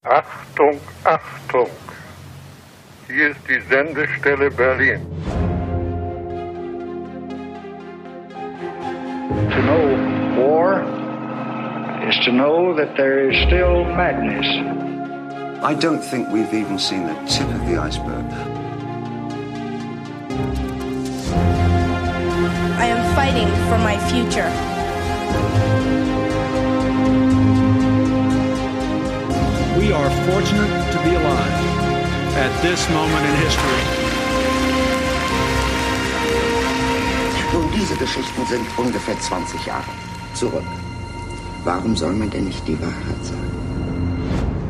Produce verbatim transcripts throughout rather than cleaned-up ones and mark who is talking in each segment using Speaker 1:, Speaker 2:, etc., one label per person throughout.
Speaker 1: Achtung, Achtung! Hier ist die Sendestelle Berlin.
Speaker 2: To know war is to know that there is still madness.
Speaker 3: I don't think we've even seen the tip of the iceberg.
Speaker 4: I am fighting for my future.
Speaker 5: We are fortunate to be alive at this moment in history.
Speaker 6: Nun, diese Geschichten sind ungefähr zwanzig Jahre zurück. Warum soll man denn nicht die Wahrheit sagen?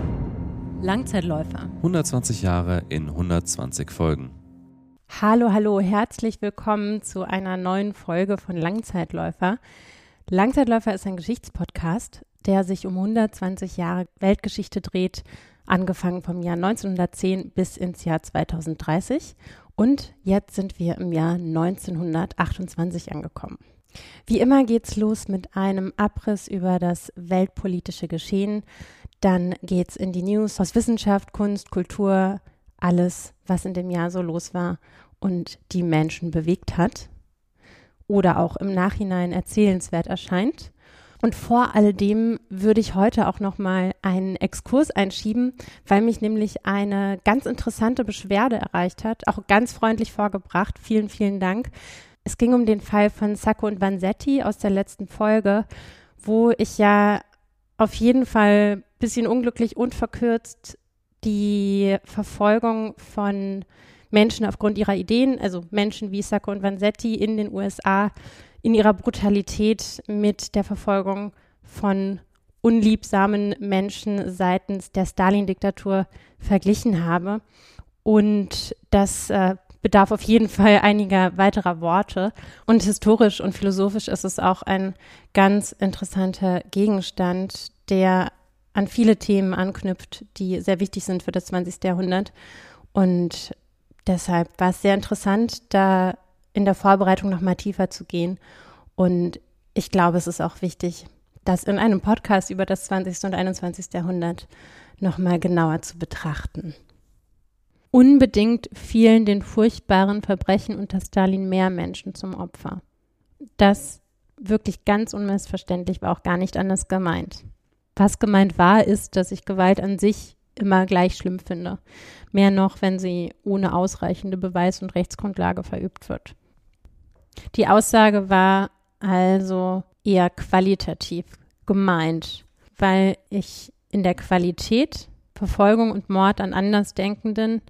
Speaker 7: Langzeitläufer.
Speaker 8: hundertzwanzig Jahre in hundertzwanzig Folgen.
Speaker 7: Hallo, hallo, herzlich willkommen zu einer neuen Folge von Langzeitläufer. Langzeitläufer ist ein Geschichtspodcast, der sich um hundertzwanzig Jahre Weltgeschichte dreht, angefangen vom Jahr neunzehnhundertzehn bis ins Jahr zweitausenddreißig. Und jetzt sind wir im Jahr neunzehnhundertachtundzwanzig angekommen. Wie immer geht's los mit einem Abriss über das weltpolitische Geschehen. Dann geht's in die News aus Wissenschaft, Kunst, Kultur, alles, was in dem Jahr so los war und die Menschen bewegt hat oder auch im Nachhinein erzählenswert erscheint. Und vor alledem würde ich heute auch nochmal einen Exkurs einschieben, weil mich nämlich eine ganz interessante Beschwerde erreicht hat, auch ganz freundlich vorgebracht. Vielen, vielen Dank. Es ging um den Fall von Sacco und Vanzetti aus der letzten Folge, wo ich ja auf jeden Fall ein bisschen unglücklich und verkürzt die Verfolgung von Menschen aufgrund ihrer Ideen, also Menschen wie Sacco und Vanzetti in den U S A, in ihrer Brutalität mit der Verfolgung von unliebsamen Menschen seitens der Stalin-Diktatur verglichen habe. Und das äh, bedarf auf jeden Fall einiger weiterer Worte. Und historisch und philosophisch ist es auch ein ganz interessanter Gegenstand, der an viele Themen anknüpft, die sehr wichtig sind für das zwanzigste Jahrhundert. Und deshalb war es sehr interessant, da in der Vorbereitung noch mal tiefer zu gehen. Und ich glaube, es ist auch wichtig, das in einem Podcast über das zwanzigste und einundzwanzigste Jahrhundert noch mal genauer zu betrachten. Unbedingt fielen den furchtbaren Verbrechen unter Stalin mehr Menschen zum Opfer. Das wirklich ganz unmissverständlich war auch gar nicht anders gemeint. Was gemeint war, ist, dass ich Gewalt an sich immer gleich schlimm finde. Mehr noch, wenn sie ohne ausreichende Beweis- und Rechtsgrundlage verübt wird. Die Aussage war also eher qualitativ gemeint, weil ich in der Qualität Verfolgung und Mord an Andersdenkenden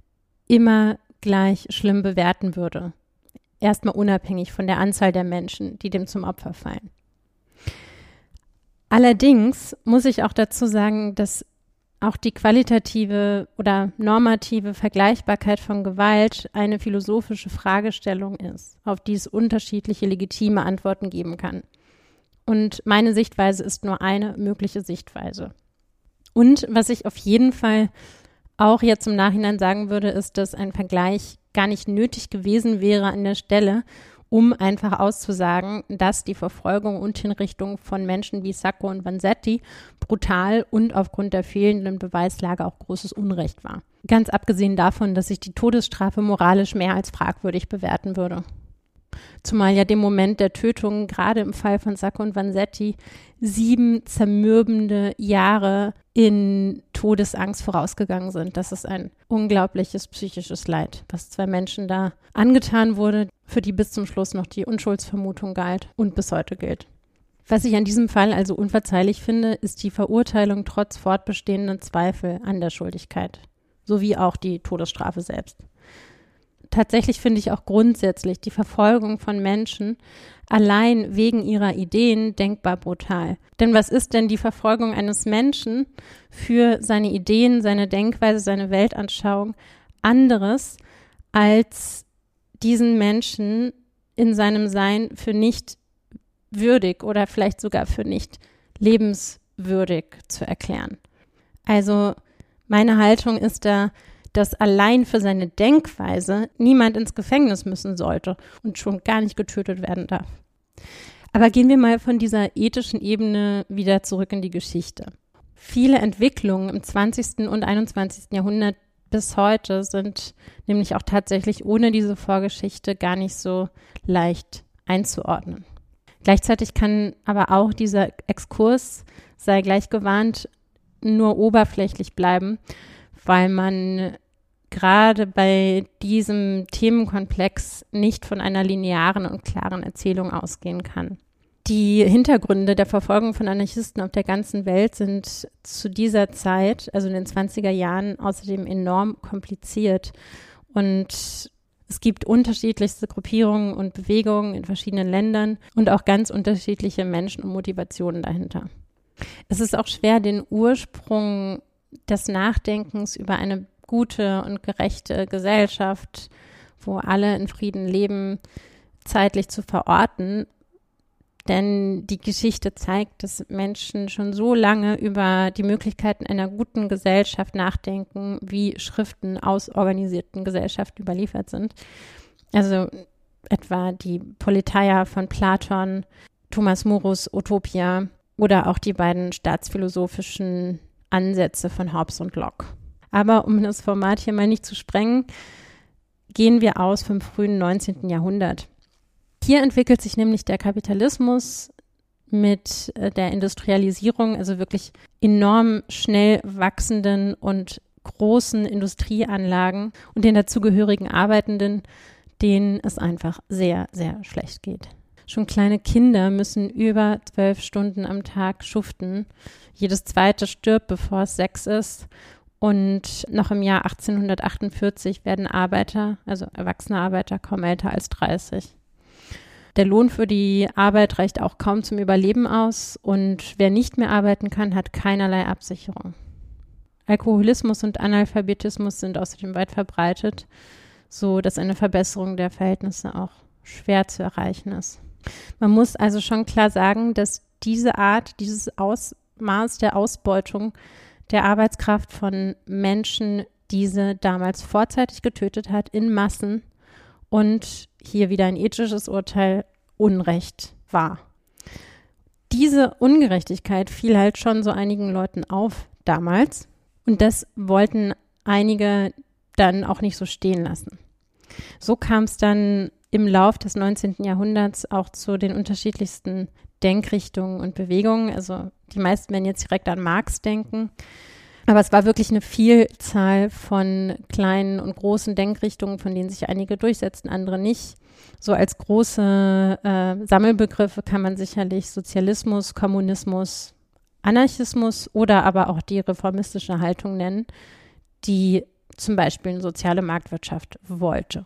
Speaker 7: immer gleich schlimm bewerten würde. Erstmal unabhängig von der Anzahl der Menschen, die dem zum Opfer fallen. Allerdings muss ich auch dazu sagen, dass auch die qualitative oder normative Vergleichbarkeit von Gewalt eine philosophische Fragestellung ist, auf die es unterschiedliche legitime Antworten geben kann. Und meine Sichtweise ist nur eine mögliche Sichtweise. Und was ich auf jeden Fall auch jetzt im Nachhinein sagen würde, ist, dass ein Vergleich gar nicht nötig gewesen wäre an der Stelle, um einfach auszusagen, dass die Verfolgung und Hinrichtung von Menschen wie Sacco und Vanzetti brutal und aufgrund der fehlenden Beweislage auch großes Unrecht war. Ganz abgesehen davon, dass ich die Todesstrafe moralisch mehr als fragwürdig bewerten würde. Zumal ja dem Moment der Tötung, gerade im Fall von Sacco und Vanzetti, sieben zermürbende Jahre in Todesangst vorausgegangen sind. Das ist ein unglaubliches psychisches Leid, was zwei Menschen da angetan wurde, für die bis zum Schluss noch die Unschuldsvermutung galt und bis heute gilt. Was ich an diesem Fall also unverzeihlich finde, ist die Verurteilung trotz fortbestehender Zweifel an der Schuldigkeit, sowie auch die Todesstrafe selbst. Tatsächlich finde ich auch grundsätzlich die Verfolgung von Menschen allein wegen ihrer Ideen denkbar brutal. Denn was ist denn die Verfolgung eines Menschen für seine Ideen, seine Denkweise, seine Weltanschauung anderes, als diesen Menschen in seinem Sein für nicht würdig oder vielleicht sogar für nicht lebenswürdig zu erklären? Also meine Haltung ist da, dass allein für seine Denkweise niemand ins Gefängnis müssen sollte und schon gar nicht getötet werden darf. Aber gehen wir mal von dieser ethischen Ebene wieder zurück in die Geschichte. Viele Entwicklungen im zwanzigsten und einundzwanzigsten Jahrhundert bis heute sind nämlich auch tatsächlich ohne diese Vorgeschichte gar nicht so leicht einzuordnen. Gleichzeitig kann aber auch dieser Exkurs, sei gleich gewarnt, nur oberflächlich bleiben, weil man gerade bei diesem Themenkomplex nicht von einer linearen und klaren Erzählung ausgehen kann. Die Hintergründe der Verfolgung von Anarchisten auf der ganzen Welt sind zu dieser Zeit, also in den zwanziger Jahren, außerdem enorm kompliziert. Und es gibt unterschiedlichste Gruppierungen und Bewegungen in verschiedenen Ländern und auch ganz unterschiedliche Menschen und Motivationen dahinter. Es ist auch schwer, den Ursprung des Nachdenkens über eine gute und gerechte Gesellschaft, wo alle in Frieden leben, zeitlich zu verorten. Denn die Geschichte zeigt, dass Menschen schon so lange über die Möglichkeiten einer guten Gesellschaft nachdenken, wie Schriften aus organisierten Gesellschaften überliefert sind. Also etwa die Politeia von Platon, Thomas Moros Utopia oder auch die beiden staatsphilosophischen Ansätze von Hobbes und Locke. Aber um das Format hier mal nicht zu sprengen, gehen wir aus vom frühen neunzehnten Jahrhundert. Hier entwickelt sich nämlich der Kapitalismus mit der Industrialisierung, also wirklich enorm schnell wachsenden und großen Industrieanlagen und den dazugehörigen Arbeitenden, denen es einfach sehr, sehr schlecht geht. Schon kleine Kinder müssen über zwölf Stunden am Tag schuften. Jedes zweite stirbt, bevor es sechs ist. Und noch im Jahr achtzehnhundertachtundvierzig werden Arbeiter, also erwachsene Arbeiter, kaum älter als dreißig. Der Lohn für die Arbeit reicht auch kaum zum Überleben aus und wer nicht mehr arbeiten kann, hat keinerlei Absicherung. Alkoholismus und Analphabetismus sind außerdem weit verbreitet, so dass eine Verbesserung der Verhältnisse auch schwer zu erreichen ist. Man muss also schon klar sagen, dass diese Art, dieses Ausmaß der Ausbeutung der Arbeitskraft von Menschen diese damals vorzeitig getötet hat in Massen und hier wieder ein ethisches Urteil, Unrecht war. Diese Ungerechtigkeit fiel halt schon so einigen Leuten auf damals und das wollten einige dann auch nicht so stehen lassen. So kam es dann im Lauf des neunzehnten Jahrhunderts auch zu den unterschiedlichsten Denkrichtungen und Bewegungen. Also die meisten werden jetzt direkt an Marx denken. Aber es war wirklich eine Vielzahl von kleinen und großen Denkrichtungen, von denen sich einige durchsetzten, andere nicht. So als große äh, Sammelbegriffe kann man sicherlich Sozialismus, Kommunismus, Anarchismus oder aber auch die reformistische Haltung nennen, die zum Beispiel eine soziale Marktwirtschaft wollte.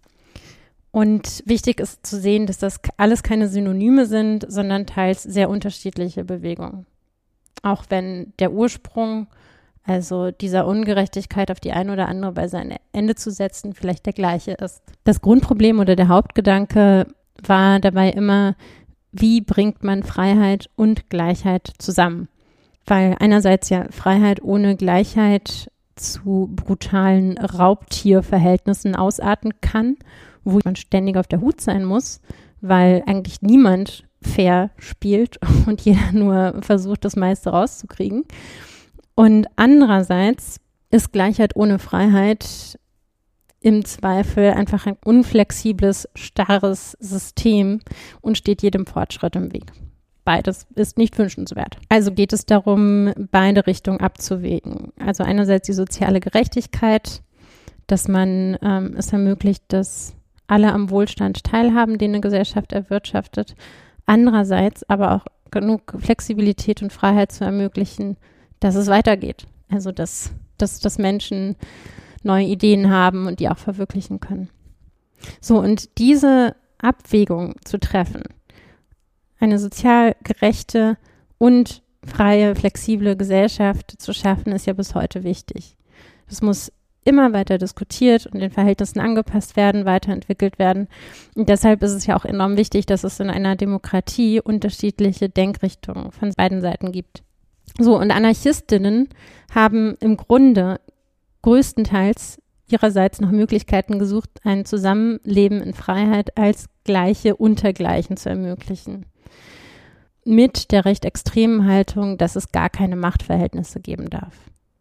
Speaker 7: Und wichtig ist zu sehen, dass das alles keine Synonyme sind, sondern teils sehr unterschiedliche Bewegungen. Auch wenn der Ursprung, also dieser Ungerechtigkeit auf die eine oder andere Weise ein Ende zu setzen, vielleicht der gleiche ist. Das Grundproblem oder der Hauptgedanke war dabei immer, wie bringt man Freiheit und Gleichheit zusammen? Weil einerseits ja Freiheit ohne Gleichheit zu brutalen Raubtierverhältnissen ausarten kann, wo man ständig auf der Hut sein muss, weil eigentlich niemand fair spielt und jeder nur versucht, das meiste rauszukriegen. Und andererseits ist Gleichheit ohne Freiheit im Zweifel einfach ein unflexibles, starres System und steht jedem Fortschritt im Weg. Beides ist nicht wünschenswert. Also geht es darum, beide Richtungen abzuwägen. Also einerseits die soziale Gerechtigkeit, dass man ähm, es ermöglicht, dass alle am Wohlstand teilhaben, den eine Gesellschaft erwirtschaftet. Andererseits aber auch genug Flexibilität und Freiheit zu ermöglichen, dass es weitergeht. Also dass, dass, dass Menschen neue Ideen haben und die auch verwirklichen können. So, und diese Abwägung zu treffen, eine sozial gerechte und freie, flexible Gesellschaft zu schaffen, ist ja bis heute wichtig. Das muss immer weiter diskutiert und den Verhältnissen angepasst werden, weiterentwickelt werden. Und deshalb ist es ja auch enorm wichtig, dass es in einer Demokratie unterschiedliche Denkrichtungen von beiden Seiten gibt. So, und Anarchistinnen haben im Grunde größtenteils ihrerseits noch Möglichkeiten gesucht, ein Zusammenleben in Freiheit als Gleiche unter Gleichen zu ermöglichen. mit der recht extremen Haltung, dass es gar keine Machtverhältnisse geben darf.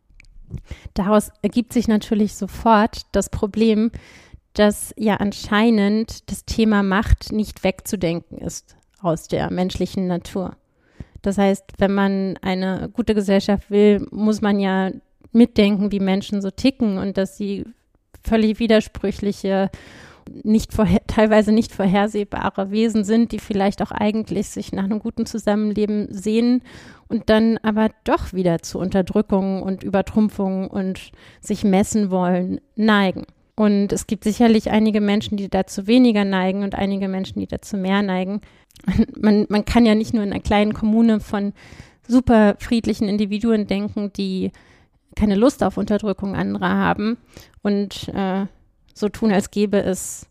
Speaker 7: Daraus ergibt sich natürlich sofort das Problem, dass ja anscheinend das Thema Macht nicht wegzudenken ist aus der menschlichen Natur. Das heißt, wenn man eine gute Gesellschaft will, muss man ja mitdenken, wie Menschen so ticken und dass sie völlig widersprüchliche, nicht vorher, teilweise nicht vorhersehbare Wesen sind, die vielleicht auch eigentlich sich nach einem guten Zusammenleben sehen und dann aber doch wieder zu Unterdrückung und Übertrumpfung und sich messen wollen, neigen. Und es gibt sicherlich einige Menschen, die dazu weniger neigen und einige Menschen, die dazu mehr neigen. Man, man kann ja nicht nur in einer kleinen Kommune von super friedlichen Individuen denken, die keine Lust auf Unterdrückung anderer haben und äh, so tun, als gäbe es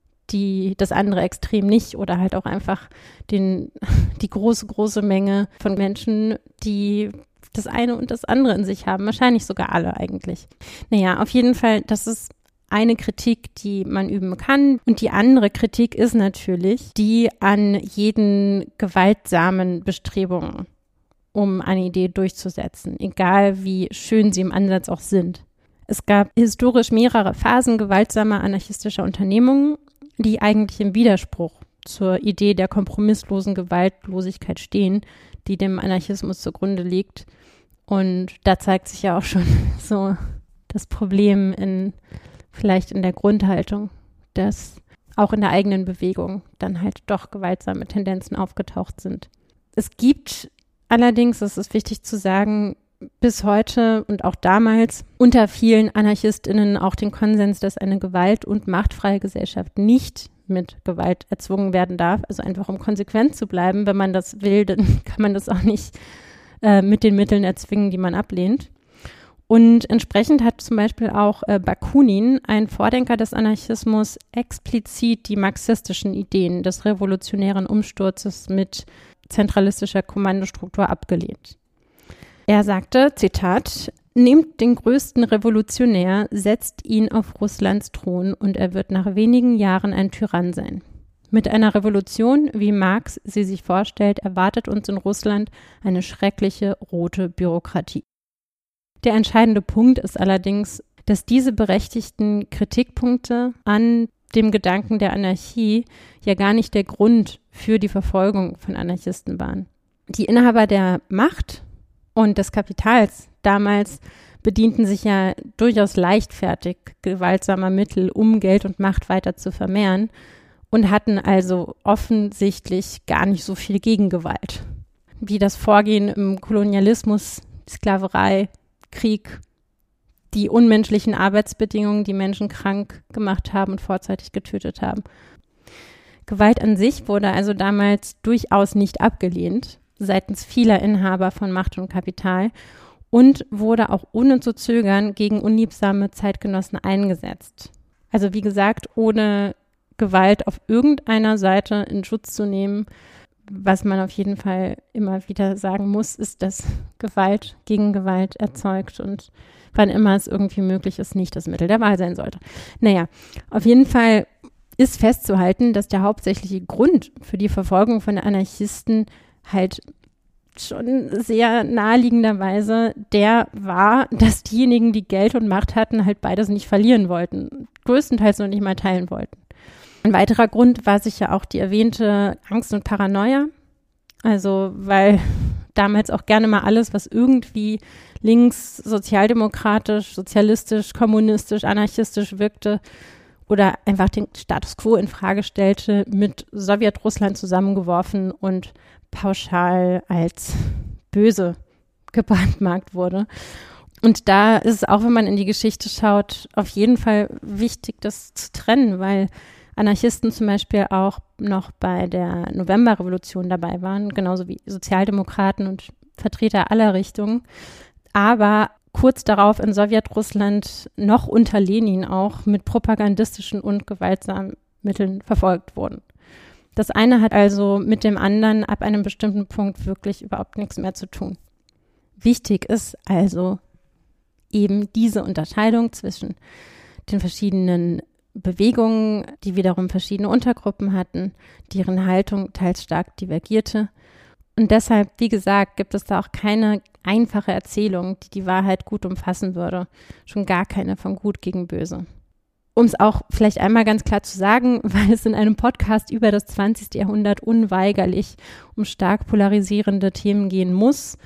Speaker 7: die, das andere Extrem nicht oder halt auch einfach den, die große, große Menge von Menschen, die das eine und das andere in sich haben. Wahrscheinlich sogar alle eigentlich. Naja, auf jeden Fall, das ist eine Kritik, die man üben kann. Und die andere Kritik ist natürlich die an jeden gewaltsamen Bestrebungen, um eine Idee durchzusetzen, egal wie schön sie im Ansatz auch sind. Es gab historisch mehrere Phasen gewaltsamer anarchistischer Unternehmungen, die eigentlich im Widerspruch zur Idee der kompromisslosen Gewaltlosigkeit stehen, die dem Anarchismus zugrunde liegt. Und da zeigt sich ja auch schon so das Problem in vielleicht in der Grundhaltung, dass auch in der eigenen Bewegung dann halt doch gewaltsame Tendenzen aufgetaucht sind. Es gibt allerdings, das ist wichtig zu sagen, bis heute und auch damals unter vielen AnarchistInnen auch den Konsens, dass eine gewalt- und machtfreie Gesellschaft nicht mit Gewalt erzwungen werden darf. Also einfach um konsequent zu bleiben, wenn man das will, dann kann man das auch nicht äh, mit den Mitteln erzwingen, die man ablehnt. Und entsprechend hat zum Beispiel auch äh, Bakunin, ein Vordenker des Anarchismus, explizit die marxistischen Ideen des revolutionären Umsturzes mit zentralistischer Kommandostruktur abgelehnt. Er sagte, Zitat, nehmt den größten Revolutionär, setzt ihn auf Russlands Thron und er wird nach wenigen Jahren ein Tyrann sein. Mit einer Revolution, wie Marx sie sich vorstellt, erwartet uns in Russland eine schreckliche rote Bürokratie. Der entscheidende Punkt ist allerdings, dass diese berechtigten Kritikpunkte an dem Gedanken der Anarchie ja gar nicht der Grund für die Verfolgung von Anarchisten waren. Die Inhaber der Macht und des Kapitals damals bedienten sich ja durchaus leichtfertig gewaltsamer Mittel, um Geld und Macht weiter zu vermehren und hatten also offensichtlich gar nicht so viel Gegengewalt. Wie das Vorgehen im Kolonialismus, Sklaverei, Krieg, die unmenschlichen Arbeitsbedingungen, die Menschen krank gemacht haben und vorzeitig getötet haben. Gewalt an sich wurde also damals durchaus nicht abgelehnt, seitens vieler Inhaber von Macht und Kapital und wurde auch ohne zu zögern gegen unliebsame Zeitgenossen eingesetzt. Also wie gesagt, ohne Gewalt auf irgendeiner Seite in Schutz zu nehmen. Was man auf jeden Fall immer wieder sagen muss, ist, dass Gewalt gegen Gewalt erzeugt und wann immer es irgendwie möglich ist, nicht das Mittel der Wahl sein sollte. Naja, auf jeden Fall ist festzuhalten, dass der hauptsächliche Grund für die Verfolgung von Anarchisten halt schon sehr naheliegenderweise der war, dass diejenigen, die Geld und Macht hatten, halt beides nicht verlieren wollten, größtenteils noch nicht mal teilen wollten. Ein weiterer Grund war sicher auch die erwähnte Angst und Paranoia, also weil damals auch gerne mal alles, was irgendwie links, sozialdemokratisch, sozialistisch, kommunistisch, anarchistisch wirkte oder einfach den Status quo in Frage stellte, mit Sowjetrussland zusammengeworfen und pauschal als böse gebrandmarkt wurde. Und da ist es auch, wenn man in die Geschichte schaut, auf jeden Fall wichtig, das zu trennen, weil Anarchisten zum Beispiel auch noch bei der Novemberrevolution dabei waren, genauso wie Sozialdemokraten und Vertreter aller Richtungen, aber kurz darauf in Sowjetrussland noch unter Lenin auch mit propagandistischen und gewaltsamen Mitteln verfolgt wurden. Das eine hat also mit dem anderen ab einem bestimmten Punkt wirklich überhaupt nichts mehr zu tun. Wichtig ist also eben diese Unterscheidung zwischen den verschiedenen Bewegungen, die wiederum verschiedene Untergruppen hatten, deren Haltung teils stark divergierte Und deshalb, wie gesagt, gibt es da auch keine einfache Erzählung, die die Wahrheit gut umfassen würde. Schon gar keine von Gut gegen Böse. Um es auch vielleicht einmal ganz klar zu sagen, weil es in einem Podcast über das zwanzigste Jahrhundert unweigerlich um stark polarisierende Themen gehen muss.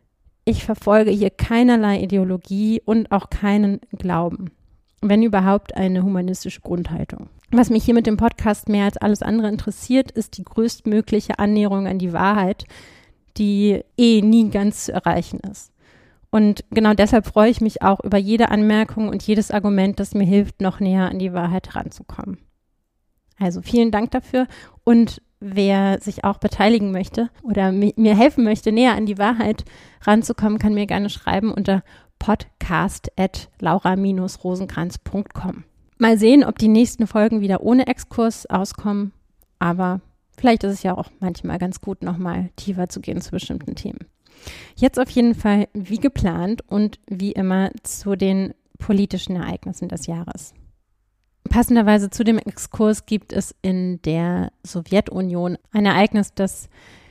Speaker 7: Ich verfolge hier keinerlei Ideologie und auch keinen Glauben, wenn überhaupt eine humanistische Grundhaltung. Was mich hier mit dem Podcast mehr als alles andere interessiert, ist die größtmögliche Annäherung an die Wahrheit, die eh nie ganz zu erreichen ist. Und genau deshalb freue ich mich auch über jede Anmerkung und jedes Argument, das mir hilft, noch näher an die Wahrheit heranzukommen. Also vielen Dank dafür. Und wer sich auch beteiligen möchte oder mi- mir helfen möchte, näher an die Wahrheit ranzukommen, kann mir gerne schreiben unter podcast at laura dash rosenkranz punkt com. Mal sehen, ob die nächsten Folgen wieder ohne Exkurs auskommen, aber vielleicht ist es ja auch manchmal ganz gut, nochmal tiefer zu gehen zu bestimmten Themen. Jetzt auf jeden Fall wie geplant und wie immer zu den politischen Ereignissen des Jahres. Passenderweise zu dem Exkurs gibt es in der Sowjetunion ein Ereignis, das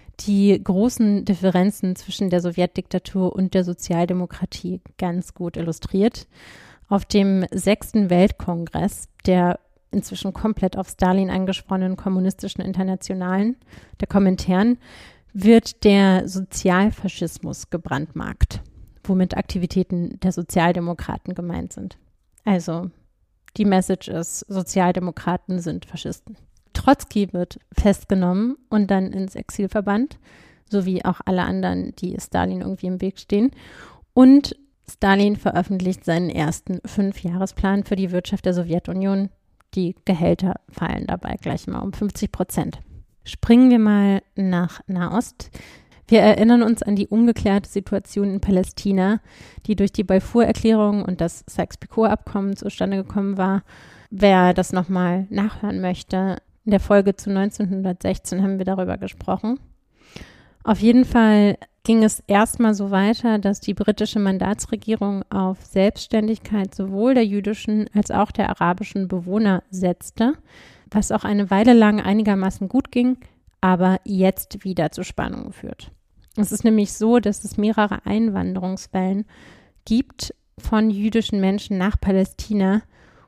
Speaker 7: die großen Differenzen zwischen der Sowjetdiktatur und der Sozialdemokratie ganz gut illustriert. Auf dem sechsten Weltkongress der inzwischen komplett auf Stalin angesponnenen kommunistischen Internationalen, der Komintern, wird der Sozialfaschismus gebrandmarkt, womit Aktivitäten der Sozialdemokraten gemeint sind. Also die Message ist, Sozialdemokraten sind Faschisten. Trotzki wird festgenommen und dann ins Exil verbannt, sowie auch alle anderen, die Stalin irgendwie im Weg stehen. Und Stalin veröffentlicht seinen ersten Fünfjahresplan für die Wirtschaft der Sowjetunion. Die Gehälter fallen dabei gleich mal um fünfzig Prozent. Springen wir mal nach Nahost. Wir erinnern uns an die ungeklärte Situation in Palästina, die durch die Balfour-Erklärung und das Sykes-Picot-Abkommen zustande gekommen war. Wer das nochmal nachhören möchte, in der Folge zu neunzehnhundertsechzehn haben wir darüber gesprochen. Auf jeden Fall ging es erstmal so weiter, dass die britische Mandatsregierung auf Selbstständigkeit sowohl der jüdischen als auch der arabischen Bewohner setzte, was auch eine Weile lang einigermaßen gut ging, aber jetzt wieder zu Spannungen führt. Es ist nämlich so, dass es mehrere Einwanderungswellen gibt von jüdischen Menschen nach Palästina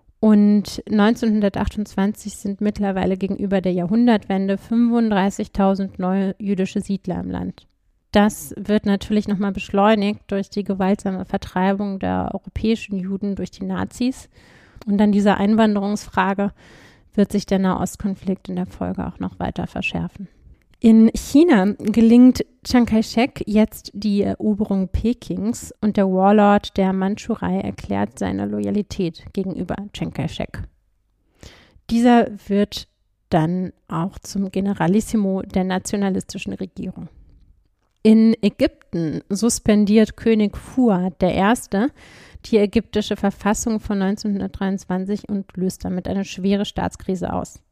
Speaker 7: und neunzehnhundertachtundzwanzig sind mittlerweile gegenüber der Jahrhundertwende fünfunddreißigtausend neue jüdische Siedler im Land. Das wird natürlich nochmal beschleunigt durch die gewaltsame Vertreibung der europäischen Juden durch die Nazis. Und an dieser Einwanderungsfrage wird sich der Nahostkonflikt in der Folge auch noch weiter verschärfen. In China gelingt Chiang Kai-shek jetzt die Eroberung Pekings und der Warlord der Mandschurei erklärt seine Loyalität gegenüber Chiang Kai-shek. Dieser wird dann auch zum Generalissimo der nationalistischen Regierung. In Ägypten suspendiert König Fuad der Erste die ägyptische Verfassung von neunzehnhundertdreiundzwanzig und löst damit eine schwere Staatskrise aus.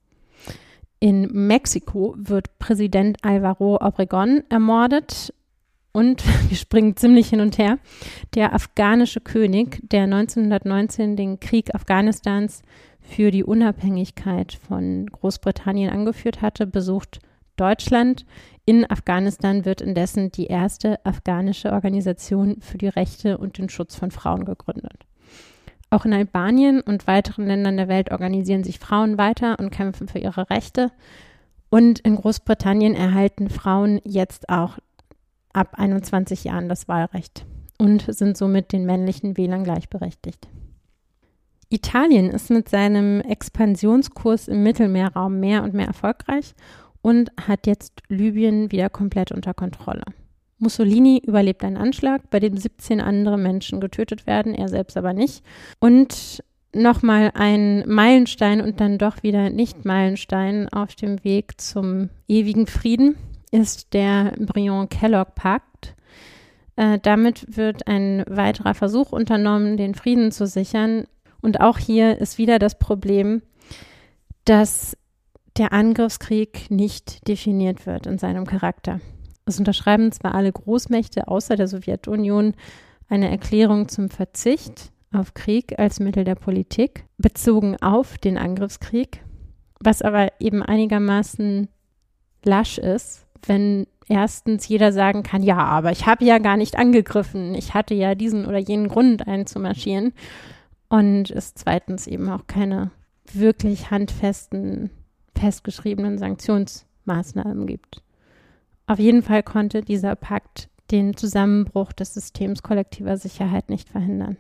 Speaker 7: In Mexiko wird Präsident Alvaro Obregón ermordet und wir springen ziemlich hin und her. Der afghanische König, der neunzehnhundertneunzehn den Krieg Afghanistans für die Unabhängigkeit von Großbritannien angeführt hatte, besucht Deutschland. In Afghanistan wird indessen die erste afghanische Organisation für die Rechte und den Schutz von Frauen gegründet. Auch in Albanien und weiteren Ländern der Welt organisieren sich Frauen weiter und kämpfen für ihre Rechte. Und in Großbritannien erhalten Frauen jetzt auch ab einundzwanzig Jahren das Wahlrecht und sind somit den männlichen Wählern gleichberechtigt. Italien ist mit seinem Expansionskurs im Mittelmeerraum mehr und mehr erfolgreich und hat jetzt Libyen wieder komplett unter Kontrolle. Mussolini überlebt einen Anschlag, bei dem siebzehn andere Menschen getötet werden, er selbst aber nicht. Und nochmal ein Meilenstein und dann doch wieder nicht Meilenstein auf dem Weg zum ewigen Frieden ist der Briand-Kellogg-Pakt. Äh, damit wird ein weiterer Versuch unternommen, den Frieden zu sichern. Und auch hier ist wieder das Problem, dass der Angriffskrieg nicht definiert wird in seinem Charakter. Es unterschreiben zwar alle Großmächte außer der Sowjetunion eine Erklärung zum Verzicht auf Krieg als Mittel der Politik, bezogen auf den Angriffskrieg, was aber eben einigermaßen lasch ist, wenn erstens jeder sagen kann, ja, aber ich habe ja gar nicht angegriffen, ich hatte ja diesen oder jenen Grund einzumarschieren, und es zweitens eben auch keine wirklich handfesten, festgeschriebenen Sanktionsmaßnahmen gibt. Auf jeden Fall konnte dieser Pakt den Zusammenbruch des Systems kollektiver Sicherheit nicht verhindern.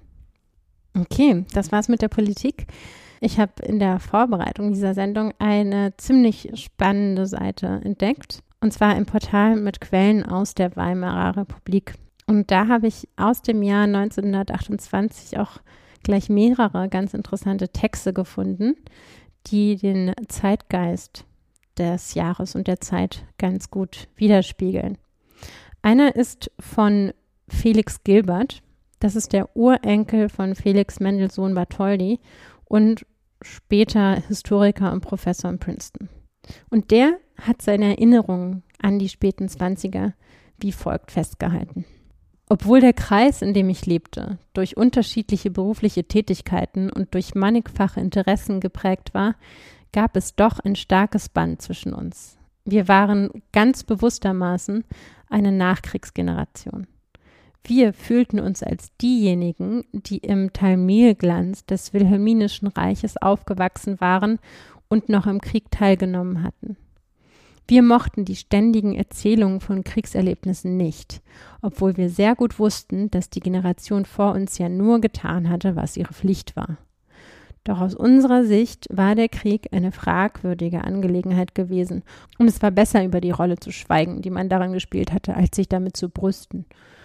Speaker 7: Okay, das war's mit der Politik. Ich habe in der Vorbereitung dieser Sendung eine ziemlich spannende Seite entdeckt, und zwar im Portal mit Quellen aus der Weimarer Republik. Und da habe ich aus dem Jahr neunzehnhundertachtundzwanzig auch gleich mehrere ganz interessante Texte gefunden, die den Zeitgeist des Jahres und der Zeit ganz gut widerspiegeln. Einer ist von Felix Gilbert. Das ist der Urenkel von Felix Mendelssohn Bartholdy und später Historiker und Professor in Princeton. Und der hat seine Erinnerungen an die späten Zwanziger wie folgt festgehalten. Obwohl der Kreis, in dem ich lebte, durch unterschiedliche berufliche Tätigkeiten und durch mannigfache Interessen geprägt war, gab es doch ein starkes Band zwischen uns. Wir waren ganz bewusstermaßen eine Nachkriegsgeneration. Wir fühlten uns als diejenigen, die im Talmehlglanz des Wilhelminischen Reiches aufgewachsen waren und noch im Krieg teilgenommen hatten. Wir mochten die ständigen Erzählungen von Kriegserlebnissen nicht, obwohl wir sehr gut wussten, dass die Generation vor uns ja nur getan hatte, was ihre Pflicht war. Doch aus unserer Sicht war der Krieg eine fragwürdige Angelegenheit gewesen, und es war besser, über die Rolle zu schweigen, die man daran gespielt hatte, als sich damit zu brüsten.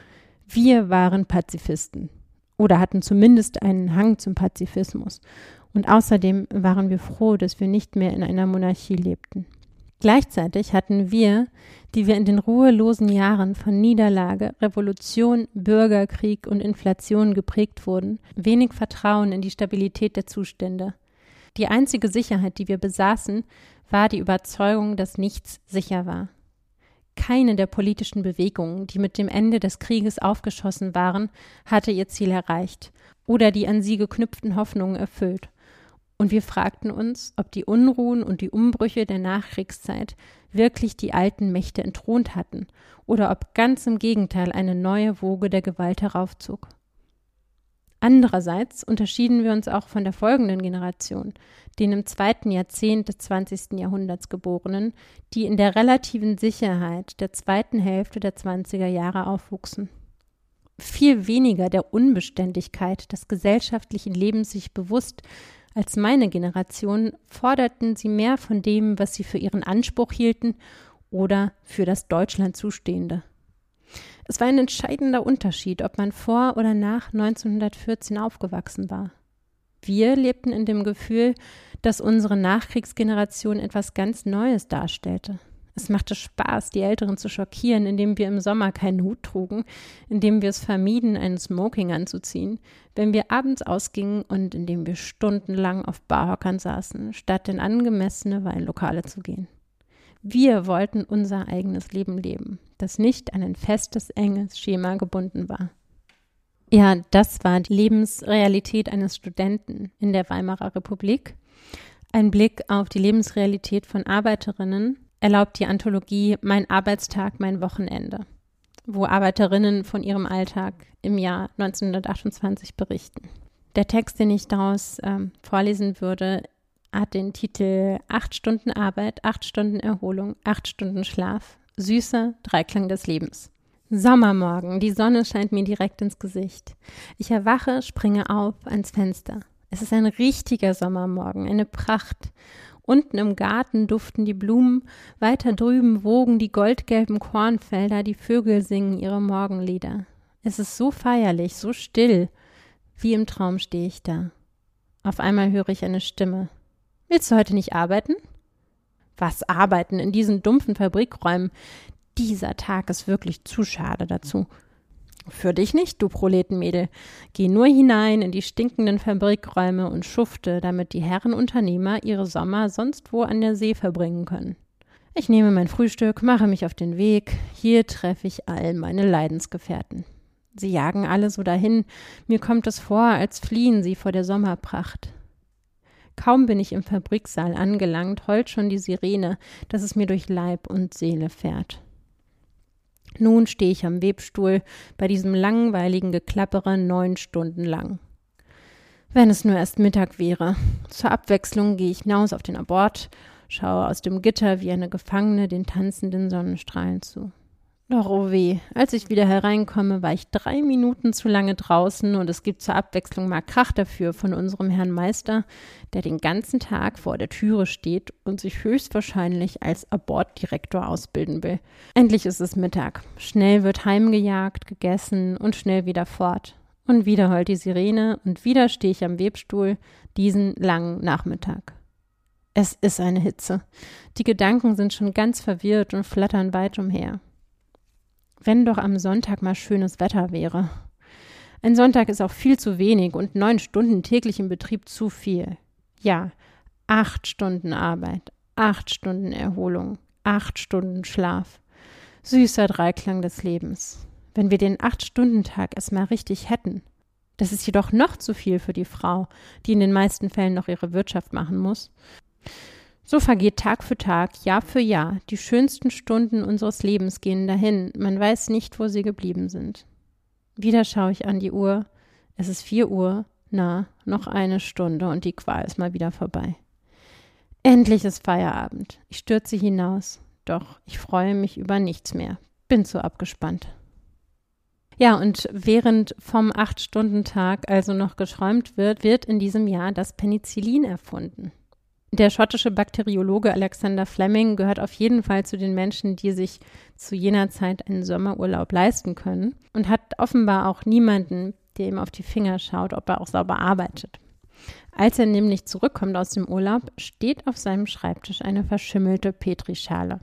Speaker 7: Wir waren Pazifisten oder hatten zumindest einen Hang zum Pazifismus, und außerdem waren wir froh, dass wir nicht mehr in einer Monarchie lebten. Gleichzeitig hatten wir, die wir in den ruhelosen Jahren von Niederlage, Revolution, Bürgerkrieg und Inflation geprägt wurden, wenig Vertrauen in die Stabilität der Zustände. Die einzige Sicherheit, die wir besaßen, war die Überzeugung, dass nichts sicher war. Keine der politischen Bewegungen, die mit dem Ende des Krieges aufgeschossen waren, hatte ihr Ziel erreicht oder die an sie geknüpften Hoffnungen erfüllt. Und wir fragten uns, ob die Unruhen und die Umbrüche der Nachkriegszeit wirklich die alten Mächte entthront hatten oder ob ganz im Gegenteil eine neue Woge der Gewalt heraufzog. Andererseits unterschieden wir uns auch von der folgenden Generation, den im zweiten Jahrzehnt des zwanzigsten Jahrhunderts Geborenen, die in der relativen Sicherheit der zweiten Hälfte der zwanziger Jahre aufwuchsen. Viel weniger der Unbeständigkeit des gesellschaftlichen Lebens sich bewusst als meine Generation, forderten sie mehr von dem, was sie für ihren Anspruch hielten oder für das Deutschland Zustehende. Es war ein entscheidender Unterschied, ob man vor oder nach neunzehnhundertvierzehn aufgewachsen war. Wir lebten in dem Gefühl, dass unsere Nachkriegsgeneration etwas ganz Neues darstellte. Es machte Spaß, die Älteren zu schockieren, indem wir im Sommer keinen Hut trugen, indem wir es vermieden, einen Smoking anzuziehen, wenn wir abends ausgingen und indem wir stundenlang auf Barhockern saßen, statt in angemessene Weinlokale zu gehen. Wir wollten unser eigenes Leben leben, das nicht an ein festes, enges Schema gebunden war. Ja, das war die Lebensrealität eines Studenten in der Weimarer Republik. Ein Blick auf die Lebensrealität von Arbeiterinnen erlaubt die Anthologie Mein Arbeitstag, mein Wochenende, wo Arbeiterinnen von ihrem Alltag im Jahr neunzehnhundertachtundzwanzig berichten. Der Text, den ich daraus ähm, vorlesen würde, hat den Titel Acht Stunden Arbeit, acht Stunden Erholung, acht Stunden Schlaf, süßer Dreiklang des Lebens. Sommermorgen, die Sonne scheint mir direkt ins Gesicht. Ich erwache, springe auf ans Fenster. Es ist ein richtiger Sommermorgen, eine Pracht. Unten im Garten duften die Blumen, weiter drüben wogen die goldgelben Kornfelder, die Vögel singen ihre Morgenlieder. Es ist so feierlich, so still. Wie im Traum stehe ich da. Auf einmal höre ich eine Stimme. Willst du heute nicht arbeiten? Was arbeiten in diesen dumpfen Fabrikräumen? Dieser Tag ist wirklich zu schade dazu. Für dich nicht, du Proletenmädel. Geh nur hinein in die stinkenden Fabrikräume und schufte, damit die Herren Unternehmer ihre Sommer sonst wo an der See verbringen können. Ich nehme mein Frühstück, mache mich auf den Weg. Hier treffe ich all meine Leidensgefährten. Sie jagen alle so dahin. Mir kommt es vor, als fliehen sie vor der Sommerpracht. Kaum bin ich im Fabriksaal angelangt, heult schon die Sirene, dass es mir durch Leib und Seele fährt. Nun stehe ich am Webstuhl bei diesem langweiligen Geklappere neun Stunden lang. Wenn es nur erst Mittag wäre. Zur Abwechslung gehe ich hinaus auf den Abort, schaue aus dem Gitter wie eine Gefangene den tanzenden Sonnenstrahlen zu. Doch oh weh, als ich wieder hereinkomme, war ich drei Minuten zu lange draußen und es gibt zur Abwechslung mal Krach dafür von unserem Herrn Meister, der den ganzen Tag vor der Türe steht und sich höchstwahrscheinlich als Abortdirektor ausbilden will. Endlich ist es Mittag. Schnell wird heimgejagt, gegessen und schnell wieder fort. Und wieder heult die Sirene und wieder stehe ich am Webstuhl diesen langen Nachmittag. Es ist eine Hitze. Die Gedanken sind schon ganz verwirrt und flattern weit umher. Wenn doch am Sonntag mal schönes Wetter wäre. Ein Sonntag ist auch viel zu wenig und neun Stunden täglich im Betrieb zu viel. Ja, acht Stunden Arbeit, acht Stunden Erholung, acht Stunden Schlaf. Süßer Dreiklang des Lebens. Wenn wir den Acht-Stunden-Tag erstmal richtig hätten. Das ist jedoch noch zu viel für die Frau, die in den meisten Fällen noch ihre Wirtschaft machen muss. So vergeht Tag für Tag, Jahr für Jahr. Die schönsten Stunden unseres Lebens gehen dahin. Man weiß nicht, wo sie geblieben sind. Wieder schaue ich an die Uhr. Es ist vier Uhr. Na, noch eine Stunde und die Qual ist mal wieder vorbei. Endlich ist Feierabend. Ich stürze hinaus. Doch ich freue mich über nichts mehr. Bin zu abgespannt. Ja, und während vom Acht-Stunden-Tag also noch geschäumt wird, wird in diesem Jahr das Penicillin erfunden. Der schottische Bakteriologe Alexander Fleming gehört auf jeden Fall zu den Menschen, die sich zu jener Zeit einen Sommerurlaub leisten können und hat offenbar auch niemanden, der ihm auf die Finger schaut, ob er auch sauber arbeitet. Als er nämlich zurückkommt aus dem Urlaub, steht auf seinem Schreibtisch eine verschimmelte Petrischale.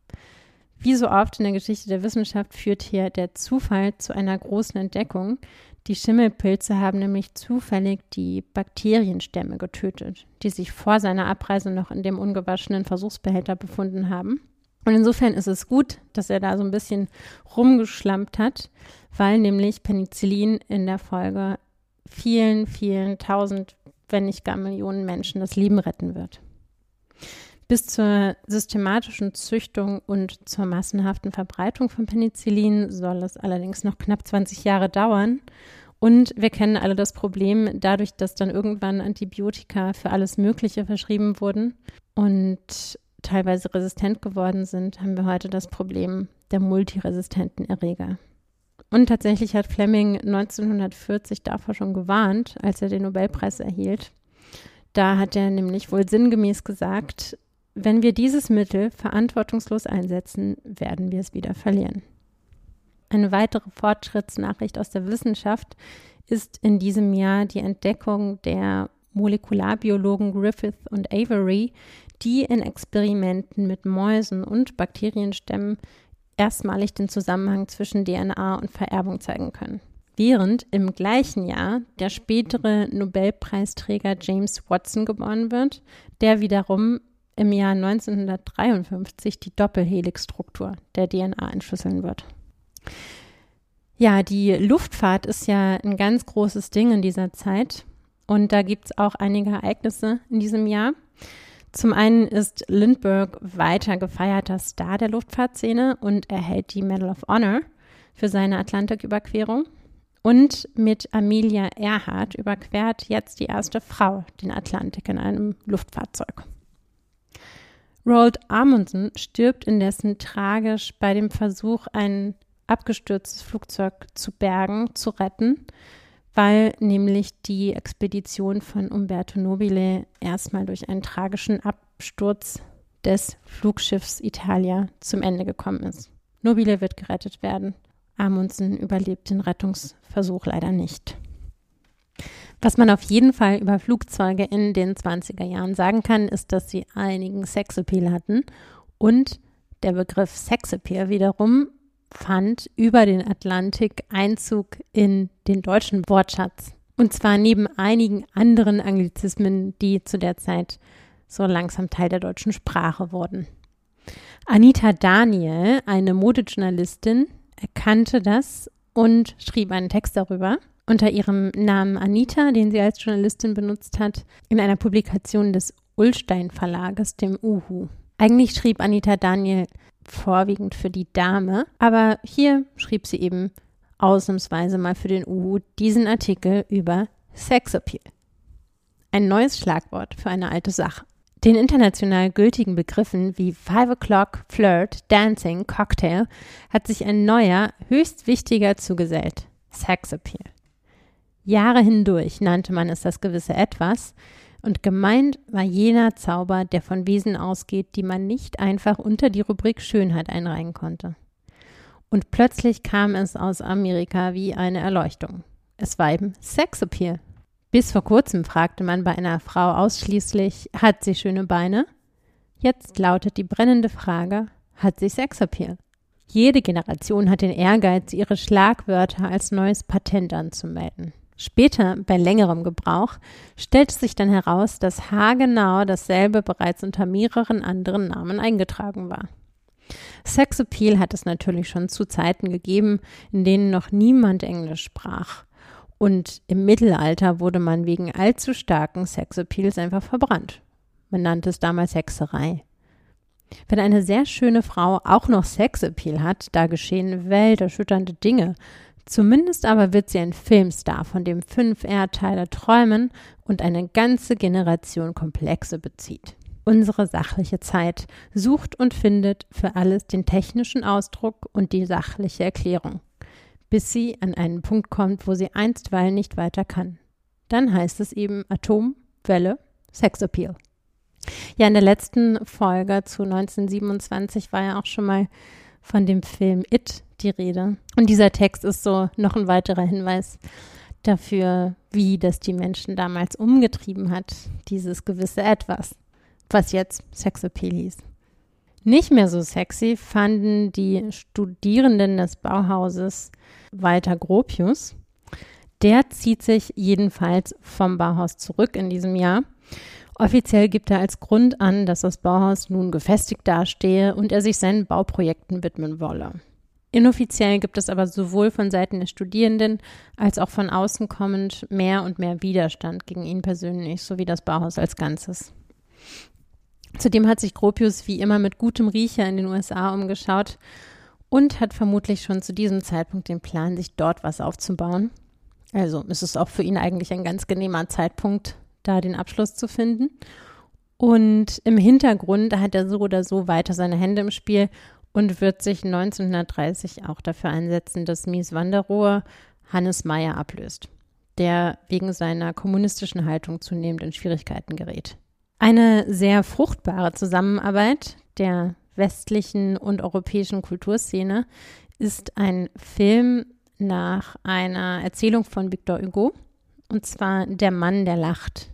Speaker 7: Wie so oft in der Geschichte der Wissenschaft führt hier der Zufall zu einer großen Entdeckung. Die Schimmelpilze haben nämlich zufällig die Bakterienstämme getötet, die sich vor seiner Abreise noch in dem ungewaschenen Versuchsbehälter befunden haben. Und insofern ist es gut, dass er da so ein bisschen rumgeschlampt hat, weil nämlich Penicillin in der Folge vielen, vielen tausend, wenn nicht gar Millionen Menschen das Leben retten wird. Bis zur systematischen Züchtung und zur massenhaften Verbreitung von Penicillin soll es allerdings noch knapp zwanzig Jahre dauern. Und wir kennen alle das Problem, dadurch, dass dann irgendwann Antibiotika für alles Mögliche verschrieben wurden und teilweise resistent geworden sind, haben wir heute das Problem der multiresistenten Erreger. Und tatsächlich hat Fleming neunzehnhundertvierzig davor schon gewarnt, als er den Nobelpreis erhielt. Da hat er nämlich wohl sinngemäß gesagt, wenn wir dieses Mittel verantwortungslos einsetzen, werden wir es wieder verlieren. Eine weitere Fortschrittsnachricht aus der Wissenschaft ist in diesem Jahr die Entdeckung der Molekularbiologen Griffith und Avery, die in Experimenten mit Mäusen und Bakterienstämmen erstmalig den Zusammenhang zwischen D N A und Vererbung zeigen können. Während im gleichen Jahr der spätere Nobelpreisträger James Watson geboren wird, der wiederum im Jahr neunzehnhundertdreiundfünfzig die Doppelhelixstruktur der D N A entschlüsseln wird. Ja, die Luftfahrt ist ja ein ganz großes Ding in dieser Zeit und da gibt es auch einige Ereignisse in diesem Jahr. Zum einen ist Lindbergh weiter gefeierter Star der Luftfahrtszene und erhält die Medal of Honor für seine Atlantiküberquerung. Und mit Amelia Earhart überquert jetzt die erste Frau den Atlantik in einem Luftfahrzeug. Roald Amundsen stirbt indessen tragisch bei dem Versuch, ein abgestürztes Flugzeug zu bergen, zu retten, weil nämlich die Expedition von Umberto Nobile erstmal durch einen tragischen Absturz des Flugschiffs Italia zum Ende gekommen ist. Nobile wird gerettet werden. Amundsen überlebt den Rettungsversuch leider nicht. Was man auf jeden Fall über Flugzeuge in den zwanziger Jahren sagen kann, ist, dass sie einigen Sexappeal hatten und der Begriff Sexappeal wiederum fand über den Atlantik Einzug in den deutschen Wortschatz. Und zwar neben einigen anderen Anglizismen, die zu der Zeit so langsam Teil der deutschen Sprache wurden. Anita Daniel, eine Modejournalistin, erkannte das und schrieb einen Text darüber unter ihrem Namen Anita, den sie als Journalistin benutzt hat, in einer Publikation des Ullstein Verlages, dem Uhu. Eigentlich schrieb Anita Daniel vorwiegend für die Dame. Aber hier schrieb sie eben ausnahmsweise mal für den Uhu diesen Artikel über Sexappeal. Ein neues Schlagwort für eine alte Sache. Den international gültigen Begriffen wie Five O'Clock, Flirt, Dancing, Cocktail hat sich ein neuer, höchst wichtiger zugesellt: Sexappeal. Jahre hindurch nannte man es das gewisse Etwas, und gemeint war jener Zauber, der von Wesen ausgeht, die man nicht einfach unter die Rubrik Schönheit einreihen konnte. Und plötzlich kam es aus Amerika wie eine Erleuchtung. Es war eben Sexappeal. Bis vor kurzem fragte man bei einer Frau ausschließlich, hat sie schöne Beine? Jetzt lautet die brennende Frage, hat sie Sexappeal? Jede Generation hat den Ehrgeiz, ihre Schlagwörter als neues Patent anzumelden. Später, bei längerem Gebrauch, stellte sich dann heraus, dass haargenau dasselbe bereits unter mehreren anderen Namen eingetragen war. Sexappeal hat es natürlich schon zu Zeiten gegeben, in denen noch niemand Englisch sprach. Und im Mittelalter wurde man wegen allzu starken Sexappeals einfach verbrannt. Man nannte es damals Hexerei. Wenn eine sehr schöne Frau auch noch Sexappeal hat, da geschehen welterschütternde Dinge. Zumindest aber wird sie ein Filmstar, von dem fünf Erdteile träumen und eine ganze Generation Komplexe bezieht. Unsere sachliche Zeit sucht und findet für alles den technischen Ausdruck und die sachliche Erklärung, bis sie an einen Punkt kommt, wo sie einstweilen nicht weiter kann. Dann heißt es eben Atom, Welle, Sexappeal. Ja, in der letzten Folge zu neunzehnhundertsiebenundzwanzig war ja auch schon mal von dem Film It die Rede. Und dieser Text ist so noch ein weiterer Hinweis dafür, wie das die Menschen damals umgetrieben hat, dieses gewisse Etwas, was jetzt Sexappeal hieß. Nicht mehr so sexy fanden die Studierenden des Bauhauses Walter Gropius. Der zieht sich jedenfalls vom Bauhaus zurück in diesem Jahr. Offiziell gibt er als Grund an, dass das Bauhaus nun gefestigt dastehe und er sich seinen Bauprojekten widmen wolle. Inoffiziell gibt es aber sowohl von Seiten der Studierenden als auch von außen kommend mehr und mehr Widerstand gegen ihn persönlich sowie das Bauhaus als Ganzes. Zudem hat sich Gropius wie immer mit gutem Riecher in den U S A umgeschaut und hat vermutlich schon zu diesem Zeitpunkt den Plan, sich dort was aufzubauen. Also ist es auch für ihn eigentlich ein ganz genehmer Zeitpunkt, da den Abschluss zu finden. Und im Hintergrund hat er so oder so weiter seine Hände im Spiel und wird sich neunzehnhundertdreißig auch dafür einsetzen, dass Mies van der Rohe Hannes Meyer ablöst, der wegen seiner kommunistischen Haltung zunehmend in Schwierigkeiten gerät. Eine sehr fruchtbare Zusammenarbeit der westlichen und europäischen Kulturszene ist ein Film nach einer Erzählung von Victor Hugo, und zwar Der Mann, der lacht.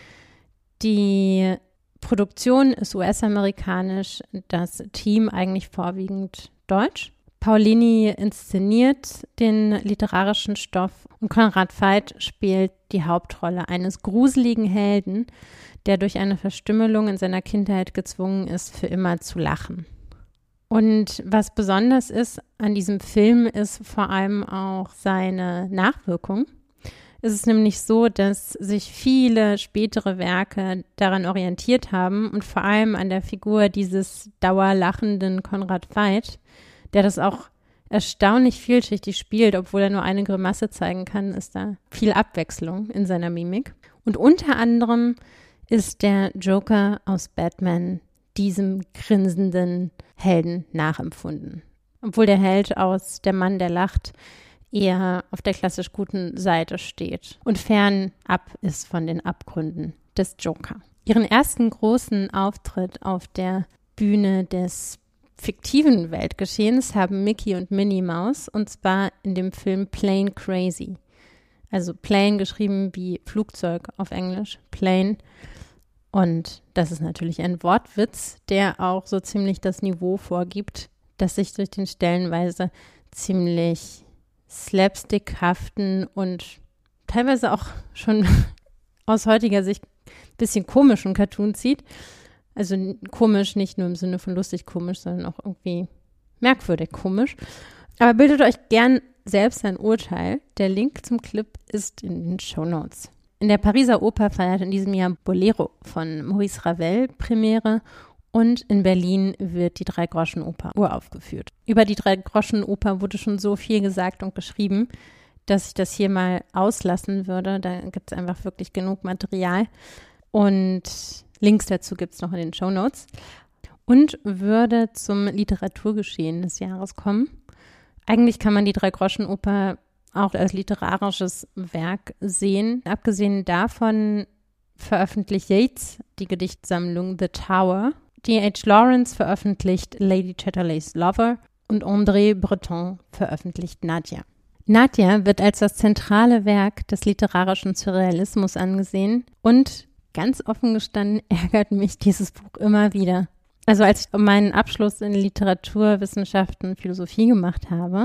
Speaker 7: Die Produktion ist U S-amerikanisch, das Team eigentlich vorwiegend deutsch. Paulini inszeniert den literarischen Stoff und Konrad Veidt spielt die Hauptrolle eines gruseligen Helden, der durch eine Verstümmelung in seiner Kindheit gezwungen ist, für immer zu lachen. Und was besonders ist an diesem Film, ist vor allem auch seine Nachwirkung. Es ist nämlich so, dass sich viele spätere Werke daran orientiert haben und vor allem an der Figur dieses dauerlachenden Konrad Veidt, der das auch erstaunlich vielschichtig spielt, obwohl er nur eine Grimasse zeigen kann, ist da viel Abwechslung in seiner Mimik. Und unter anderem ist der Joker aus Batman diesem grinsenden Helden nachempfunden. Obwohl der Held aus Der Mann, der lacht, eher auf der klassisch guten Seite steht und fernab ist von den Abgründen des Joker. Ihren ersten großen Auftritt auf der Bühne des fiktiven Weltgeschehens haben Mickey und Minnie Maus, und zwar in dem Film Plane Crazy. Also Plane geschrieben wie Flugzeug auf Englisch, Plane. Und das ist natürlich ein Wortwitz, der auch so ziemlich das Niveau vorgibt, das sich durch den stellenweise ziemlich slapstickhaften und teilweise auch schon aus heutiger Sicht ein bisschen komischen Cartoon zieht. Also komisch, nicht nur im Sinne von lustig komisch, sondern auch irgendwie merkwürdig komisch. Aber bildet euch gern selbst ein Urteil. Der Link zum Clip ist in den Shownotes. In der Pariser Oper feiert in diesem Jahr Bolero von Maurice Ravel Premiere Und in Berlin wird die Drei-Groschen-Oper uraufgeführt. Über die Drei-Groschen-Oper wurde schon so viel gesagt und geschrieben, dass ich das hier mal auslassen würde. Da gibt es einfach wirklich genug Material. Und Links dazu gibt es noch in den Shownotes. Und würde zum Literaturgeschehen des Jahres kommen. Eigentlich kann man die Drei-Groschen-Oper auch als literarisches Werk sehen. Abgesehen davon veröffentlicht Yeats die Gedichtsammlung The Tower. D H Lawrence veröffentlicht Lady Chatterley's Lover und André Breton veröffentlicht Nadja. Nadja wird als das zentrale Werk des literarischen Surrealismus angesehen und ganz offen gestanden ärgert mich dieses Buch immer wieder. Also als ich meinen Abschluss in Literaturwissenschaften und Philosophie gemacht habe,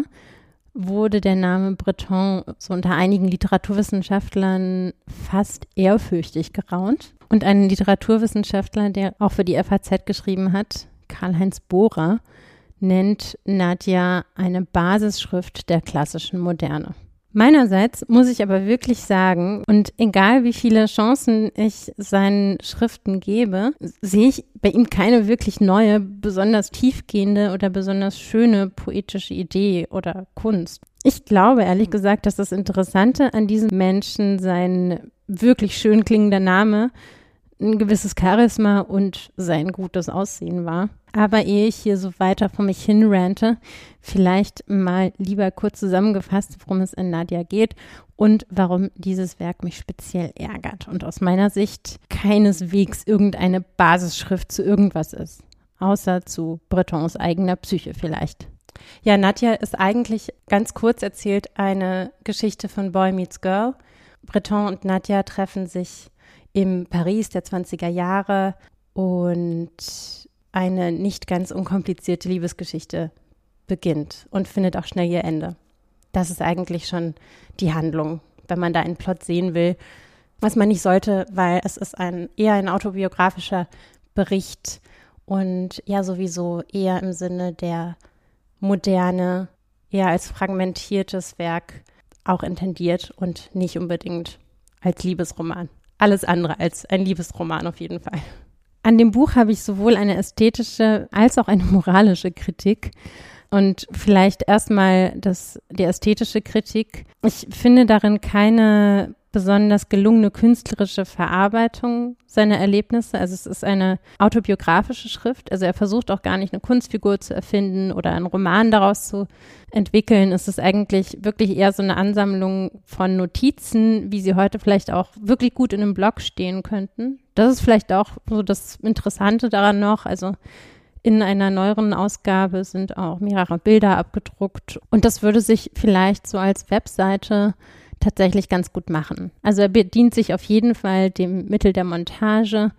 Speaker 7: wurde der Name Breton so unter einigen Literaturwissenschaftlern fast ehrfürchtig geraunt. Und ein Literaturwissenschaftler, der auch für die F A Z geschrieben hat, Karl-Heinz Bohrer, nennt Nadja eine Basisschrift der klassischen Moderne. Meinerseits muss ich aber wirklich sagen, und egal wie viele Chancen ich seinen Schriften gebe, sehe ich bei ihm keine wirklich neue, besonders tiefgehende oder besonders schöne poetische Idee oder Kunst. Ich glaube ehrlich gesagt, dass das Interessante an diesem Menschen sein wirklich schön klingender Name, ein gewisses Charisma und sein gutes Aussehen war. Aber ehe ich hier so weiter vor mich hin rante, vielleicht mal lieber kurz zusammengefasst, worum es in Nadja geht und warum dieses Werk mich speziell ärgert und aus meiner Sicht keineswegs irgendeine Basisschrift zu irgendwas ist, außer zu Bretons eigener Psyche vielleicht. Ja, Nadja ist eigentlich ganz kurz erzählt eine Geschichte von Boy Meets Girl. Breton und Nadja treffen sich im Paris der zwanziger Jahre und eine nicht ganz unkomplizierte Liebesgeschichte beginnt und findet auch schnell ihr Ende. Das ist eigentlich schon die Handlung, wenn man da einen Plot sehen will, was man nicht sollte, weil es ist ein eher ein autobiografischer Bericht und ja sowieso eher im Sinne der Moderne, eher als fragmentiertes Werk auch intendiert und nicht unbedingt als Liebesroman. Alles andere als ein Liebesroman auf jeden Fall. An dem Buch habe ich sowohl eine ästhetische als auch eine moralische Kritik. Und vielleicht erstmal das, die ästhetische Kritik. Ich finde darin keine besonders gelungene künstlerische Verarbeitung seiner Erlebnisse. Also es ist eine autobiografische Schrift. Also er versucht auch gar nicht eine Kunstfigur zu erfinden oder einen Roman daraus zu entwickeln. Es ist eigentlich wirklich eher so eine Ansammlung von Notizen, wie sie heute vielleicht auch wirklich gut in einem Blog stehen könnten. Das ist vielleicht auch so das Interessante daran noch. Also in einer neueren Ausgabe sind auch mehrere Bilder abgedruckt. Und das würde sich vielleicht so als Webseite tatsächlich ganz gut machen. Also er bedient sich auf jeden Fall dem Mittel der Montage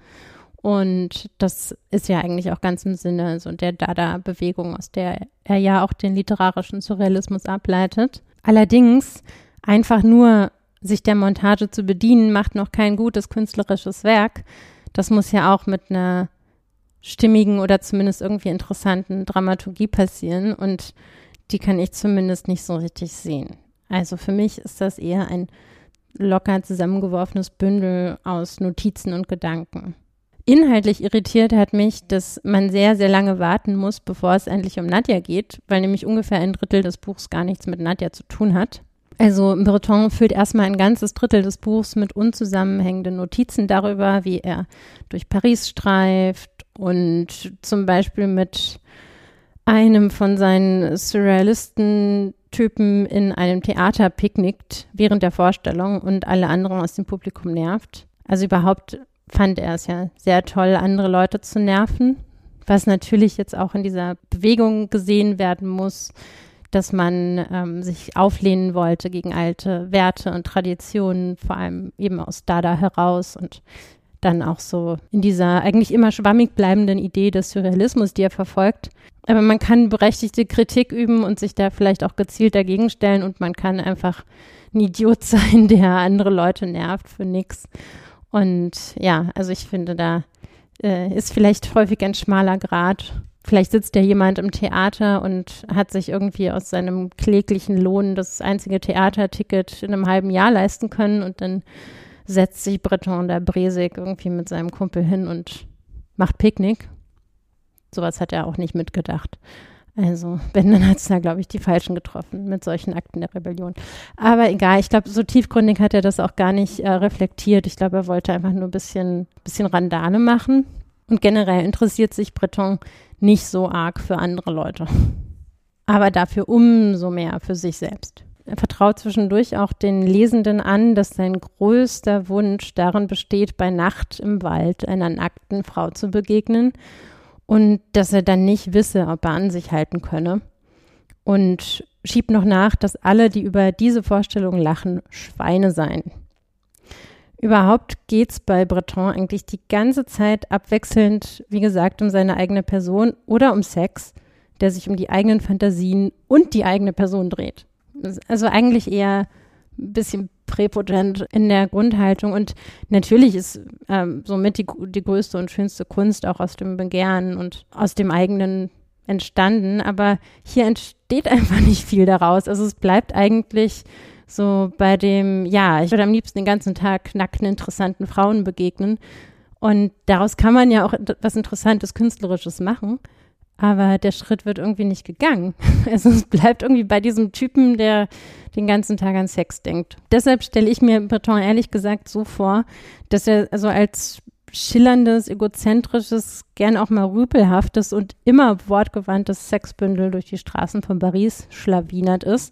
Speaker 7: und das ist ja eigentlich auch ganz im Sinne so der Dada-Bewegung, aus der er ja auch den literarischen Surrealismus ableitet. Allerdings einfach nur sich der Montage zu bedienen, macht noch kein gutes künstlerisches Werk. Das muss ja auch mit einer stimmigen oder zumindest irgendwie interessanten Dramaturgie passieren und die kann ich zumindest nicht so richtig sehen. Also für mich ist das eher ein locker zusammengeworfenes Bündel aus Notizen und Gedanken. Inhaltlich irritiert hat mich, dass man sehr, sehr lange warten muss, bevor es endlich um Nadja geht, weil nämlich ungefähr ein Drittel des Buchs gar nichts mit Nadja zu tun hat. Also Breton füllt erstmal ein ganzes Drittel des Buchs mit unzusammenhängenden Notizen darüber, wie er durch Paris streift und zum Beispiel mit einem von seinen Surrealisten-Typen in einem Theater picknickt während der Vorstellung und alle anderen aus dem Publikum nervt. Also überhaupt fand er es ja sehr toll, andere Leute zu nerven, was natürlich jetzt auch in dieser Bewegung gesehen werden muss, dass man ähm, sich auflehnen wollte gegen alte Werte und Traditionen, vor allem eben aus Dada heraus und dann auch so in dieser eigentlich immer schwammig bleibenden Idee des Surrealismus, die er verfolgt. Aber man kann berechtigte Kritik üben und sich da vielleicht auch gezielt dagegen stellen und man kann einfach ein Idiot sein, der andere Leute nervt für nix. Und ja, also ich finde, da äh, ist vielleicht häufig ein schmaler Grat. Vielleicht sitzt ja jemand im Theater und hat sich irgendwie aus seinem kläglichen Lohn das einzige Theaterticket in einem halben Jahr leisten können und dann setzt sich Breton da Bresig irgendwie mit seinem Kumpel hin und macht Picknick. sowas hat er auch nicht mitgedacht. Also, wenn, dann hat es da, glaube ich, die Falschen getroffen mit solchen Akten der Rebellion. Aber egal, ich glaube, so tiefgründig hat er das auch gar nicht äh, reflektiert. Ich glaube, er wollte einfach nur ein bisschen, bisschen Randale machen. Und generell interessiert sich Breton nicht so arg für andere Leute. Aber dafür umso mehr für sich selbst. Er vertraut zwischendurch auch den Lesenden an, dass sein größter Wunsch darin besteht, bei Nacht im Wald einer nackten Frau zu begegnen. Und dass er dann nicht wisse, ob er an sich halten könne. Und schiebt noch nach, dass alle, die über diese Vorstellung lachen, Schweine seien. Überhaupt geht es bei Breton eigentlich die ganze Zeit abwechselnd, wie gesagt, um seine eigene Person oder um Sex, der sich um die eigenen Fantasien und die eigene Person dreht. Also eigentlich eher ein bisschen präpotent in der Grundhaltung. Und natürlich ist ähm, somit die, die größte und schönste Kunst auch aus dem Begehren und aus dem eigenen entstanden. Aber hier entsteht einfach nicht viel daraus. Also es bleibt eigentlich so bei dem, ja, ich würde am liebsten den ganzen Tag nackten, interessanten Frauen begegnen. Und daraus kann man ja auch was Interessantes, Künstlerisches machen. Aber der Schritt wird irgendwie nicht gegangen. Also es bleibt irgendwie bei diesem Typen, der den ganzen Tag an Sex denkt. Deshalb stelle ich mir Breton ehrlich gesagt so vor, dass er also als schillerndes, egozentrisches, gern auch mal rüpelhaftes und immer wortgewandtes Sexbündel durch die Straßen von Paris schlawinert ist.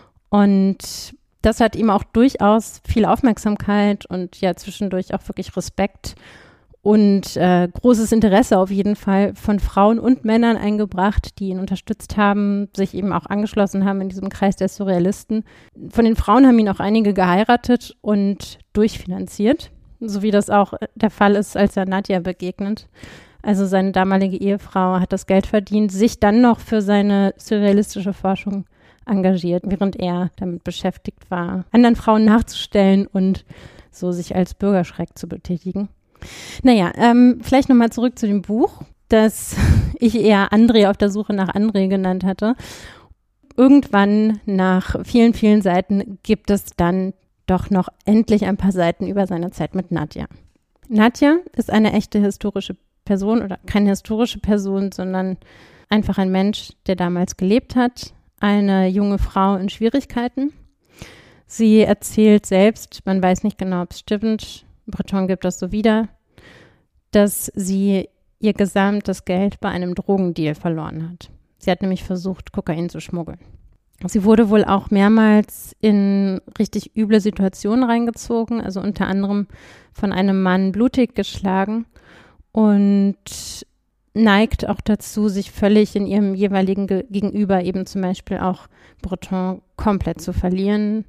Speaker 7: Und das hat ihm auch durchaus viel Aufmerksamkeit und ja zwischendurch auch wirklich Respekt und äh, großes Interesse auf jeden Fall von Frauen und Männern eingebracht, die ihn unterstützt haben, sich eben auch angeschlossen haben in diesem Kreis der Surrealisten. Von den Frauen haben ihn auch einige geheiratet und durchfinanziert, so wie das auch der Fall ist, als er Nadia begegnet. Also seine damalige Ehefrau hat das Geld verdient, sich dann noch für seine surrealistische Forschung engagiert, während er damit beschäftigt war, anderen Frauen nachzustellen und so sich als Bürgerschreck zu betätigen. Naja, ähm, vielleicht nochmal zurück zu dem Buch, das ich eher André auf der Suche nach André genannt hatte. Irgendwann nach vielen, vielen Seiten gibt es dann doch noch endlich ein paar Seiten über seine Zeit mit Nadia. Nadia ist eine echte historische Person oder keine historische Person, sondern einfach ein Mensch, der damals gelebt hat, eine junge Frau in Schwierigkeiten. Sie erzählt selbst, man weiß nicht genau, ob es stimmt, Breton gibt das so wieder, dass sie ihr gesamtes Geld bei einem Drogendeal verloren hat. Sie hat nämlich versucht, Kokain zu schmuggeln. Sie wurde wohl auch mehrmals in richtig üble Situationen reingezogen, also unter anderem von einem Mann blutig geschlagen und neigt auch dazu, sich völlig in ihrem jeweiligen Ge- Gegenüber eben zum Beispiel auch Breton komplett zu verlieren.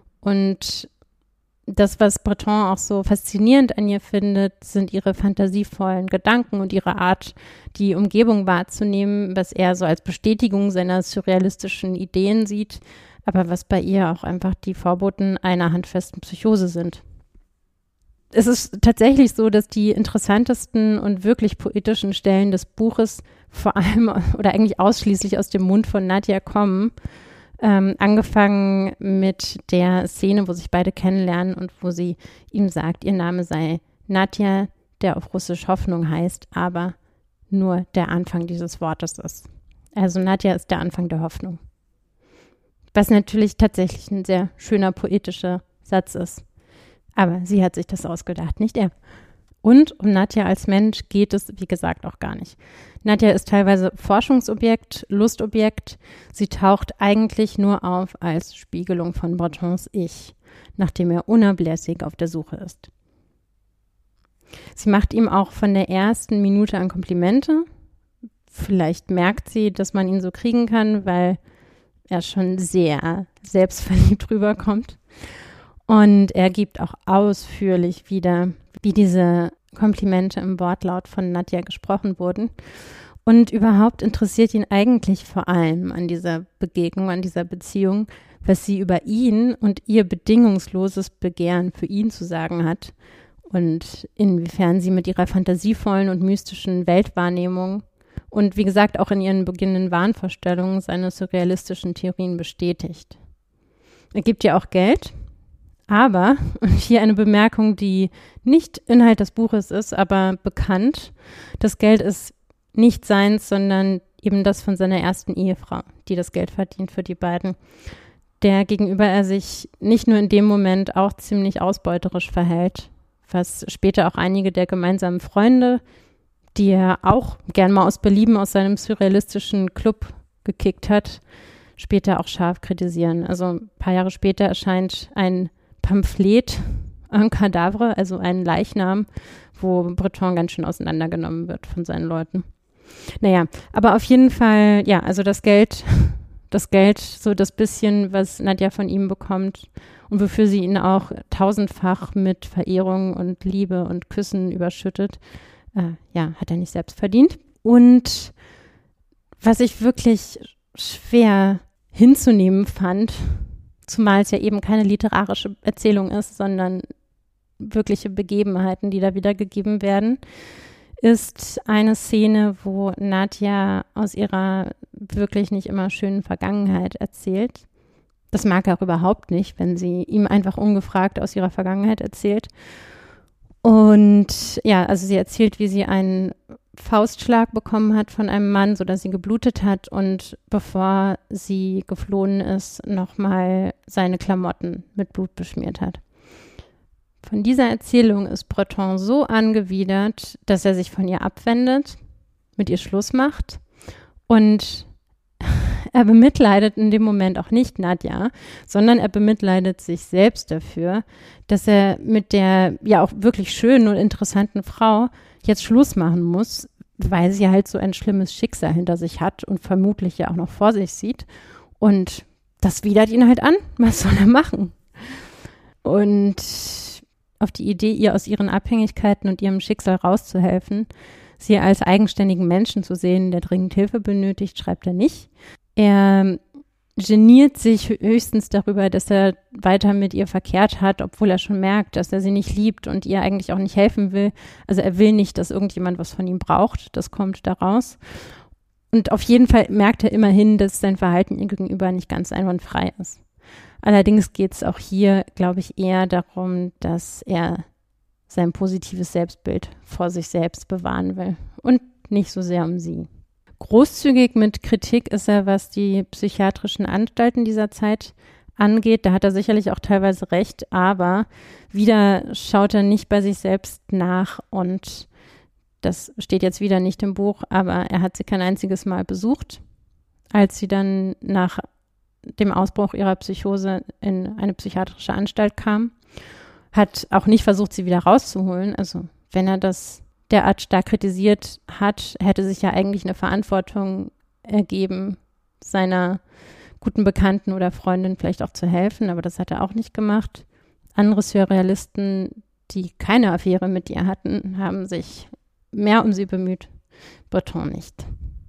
Speaker 7: Und das, was Breton auch so faszinierend an ihr findet, sind ihre fantasievollen Gedanken und ihre Art, die Umgebung wahrzunehmen, was er so als Bestätigung seiner surrealistischen Ideen sieht, aber was bei ihr auch einfach die Vorboten einer handfesten Psychose sind. Es ist tatsächlich so, dass die interessantesten und wirklich poetischen Stellen des Buches vor allem oder eigentlich ausschließlich aus dem Mund von Nadia kommen. Ähm, angefangen mit der Szene, wo sich beide kennenlernen und wo sie ihm sagt, ihr Name sei Nadia, der auf Russisch Hoffnung heißt, aber nur der Anfang dieses Wortes ist. Also Nadia ist der Anfang der Hoffnung. Was natürlich tatsächlich ein sehr schöner poetischer Satz ist. Aber sie hat sich das ausgedacht, nicht er. Und um Nadia als Mensch geht es, wie gesagt, auch gar nicht. Nadia ist teilweise Forschungsobjekt, Lustobjekt. Sie taucht eigentlich nur auf als Spiegelung von Bretons Ich, nachdem er unablässig auf der Suche ist. Sie macht ihm auch von der ersten Minute an Komplimente. Vielleicht merkt sie, dass man ihn so kriegen kann, weil er schon sehr selbstverliebt rüberkommt. Und er gibt auch ausführlich wieder, wie diese Komplimente im Wortlaut von Nadia gesprochen wurden. Und überhaupt interessiert ihn eigentlich vor allem an dieser Begegnung, an dieser Beziehung, was sie über ihn und ihr bedingungsloses Begehren für ihn zu sagen hat und inwiefern sie mit ihrer fantasievollen und mystischen Weltwahrnehmung und wie gesagt auch in ihren beginnenden Wahnvorstellungen seine surrealistischen Theorien bestätigt. Er gibt ihr auch Geld. Aber, und hier eine Bemerkung, die nicht Inhalt des Buches ist, aber bekannt, das Geld ist nicht seins, sondern eben das von seiner ersten Ehefrau, die das Geld verdient für die beiden, der gegenüber er sich nicht nur in dem Moment auch ziemlich ausbeuterisch verhält, was später auch einige der gemeinsamen Freunde, die er auch gern mal aus Belieben aus seinem surrealistischen Club gekickt hat, später auch scharf kritisieren. Also ein paar Jahre später erscheint ein Pamphlet, un cadavre, also ein Leichnam, wo Breton ganz schön auseinandergenommen wird von seinen Leuten. Naja, aber auf jeden Fall, ja, also das Geld, das Geld, so das bisschen, was Nadja von ihm bekommt und wofür sie ihn auch tausendfach mit Verehrung und Liebe und Küssen überschüttet, äh, ja, hat er nicht selbst verdient. Und was ich wirklich schwer hinzunehmen fand, zumal es ja eben keine literarische Erzählung ist, sondern wirkliche Begebenheiten, die da wiedergegeben werden, ist eine Szene, wo Nadja aus ihrer wirklich nicht immer schönen Vergangenheit erzählt. Das mag er auch überhaupt nicht, wenn sie ihm einfach ungefragt aus ihrer Vergangenheit erzählt. Und ja, also sie erzählt, wie sie einen Faustschlag bekommen hat von einem Mann, sodass sie geblutet hat und bevor sie geflohen ist, nochmal seine Klamotten mit Blut beschmiert hat. Von dieser Erzählung ist Breton so angewidert, dass er sich von ihr abwendet, mit ihr Schluss macht und er bemitleidet in dem Moment auch nicht Nadja, sondern er bemitleidet sich selbst dafür, dass er mit der ja auch wirklich schönen und interessanten Frau jetzt Schluss machen muss, weil sie halt so ein schlimmes Schicksal hinter sich hat und vermutlich ja auch noch vor sich sieht. Und das widert ihn halt an. Was soll er machen? Und auf die Idee, ihr aus ihren Abhängigkeiten und ihrem Schicksal rauszuhelfen, sie als eigenständigen Menschen zu sehen, der dringend Hilfe benötigt, schreibt er nicht. Er geniert sich höchstens darüber, dass er weiter mit ihr verkehrt hat, obwohl er schon merkt, dass er sie nicht liebt und ihr eigentlich auch nicht helfen will. Also er will nicht, dass irgendjemand was von ihm braucht. Das kommt daraus. Und auf jeden Fall merkt er immerhin, dass sein Verhalten ihr gegenüber nicht ganz einwandfrei ist. Allerdings geht es auch hier, glaube ich, eher darum, dass er sein positives Selbstbild vor sich selbst bewahren will und nicht so sehr um sie. Großzügig mit Kritik ist er, was die psychiatrischen Anstalten dieser Zeit angeht. Da hat er sicherlich auch teilweise recht, aber wieder schaut er nicht bei sich selbst nach und das steht jetzt wieder nicht im Buch, aber er hat sie kein einziges Mal besucht, als sie dann nach dem Ausbruch ihrer Psychose in eine psychiatrische Anstalt kam, hat auch nicht versucht, sie wieder rauszuholen. Also wenn er das derart stark kritisiert hat, hätte sich ja eigentlich eine Verantwortung ergeben, seiner guten Bekannten oder Freundin vielleicht auch zu helfen, aber das hat er auch nicht gemacht. Andere Surrealisten, die keine Affäre mit ihr hatten, haben sich mehr um sie bemüht. Breton nicht.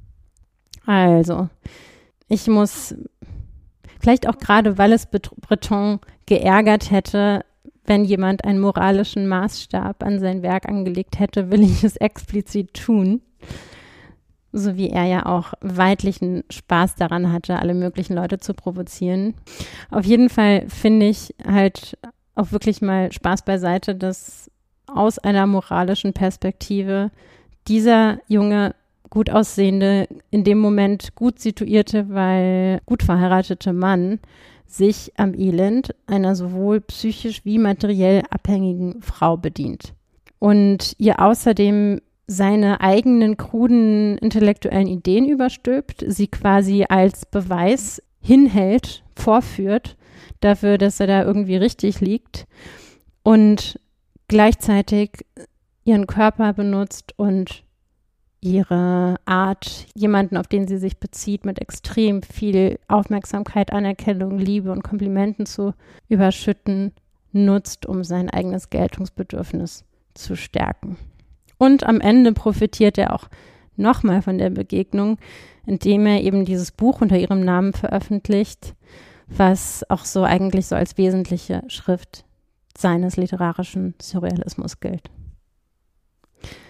Speaker 7: Also, ich muss vielleicht auch gerade, weil es Breton geärgert hätte, wenn jemand einen moralischen Maßstab an sein Werk angelegt hätte, will ich es explizit tun. So wie er ja auch weidlichen Spaß daran hatte, alle möglichen Leute zu provozieren. Auf jeden Fall finde ich halt auch wirklich mal Spaß beiseite, dass aus einer moralischen Perspektive dieser junge, gut aussehende, in dem Moment gut situierte, weil gut verheiratete Mann sich am Elend einer sowohl psychisch wie materiell abhängigen Frau bedient und ihr außerdem seine eigenen kruden intellektuellen Ideen überstülpt, sie quasi als Beweis hinhält, vorführt dafür, dass er da irgendwie richtig liegt und gleichzeitig ihren Körper benutzt und ihre Art, jemanden, auf den sie sich bezieht, mit extrem viel Aufmerksamkeit, Anerkennung, Liebe und Komplimenten zu überschütten, nutzt, um sein eigenes Geltungsbedürfnis zu stärken. Und am Ende profitiert er auch nochmal von der Begegnung, indem er eben dieses Buch unter ihrem Namen veröffentlicht, was auch so eigentlich so als wesentliche Schrift seines literarischen Surrealismus gilt.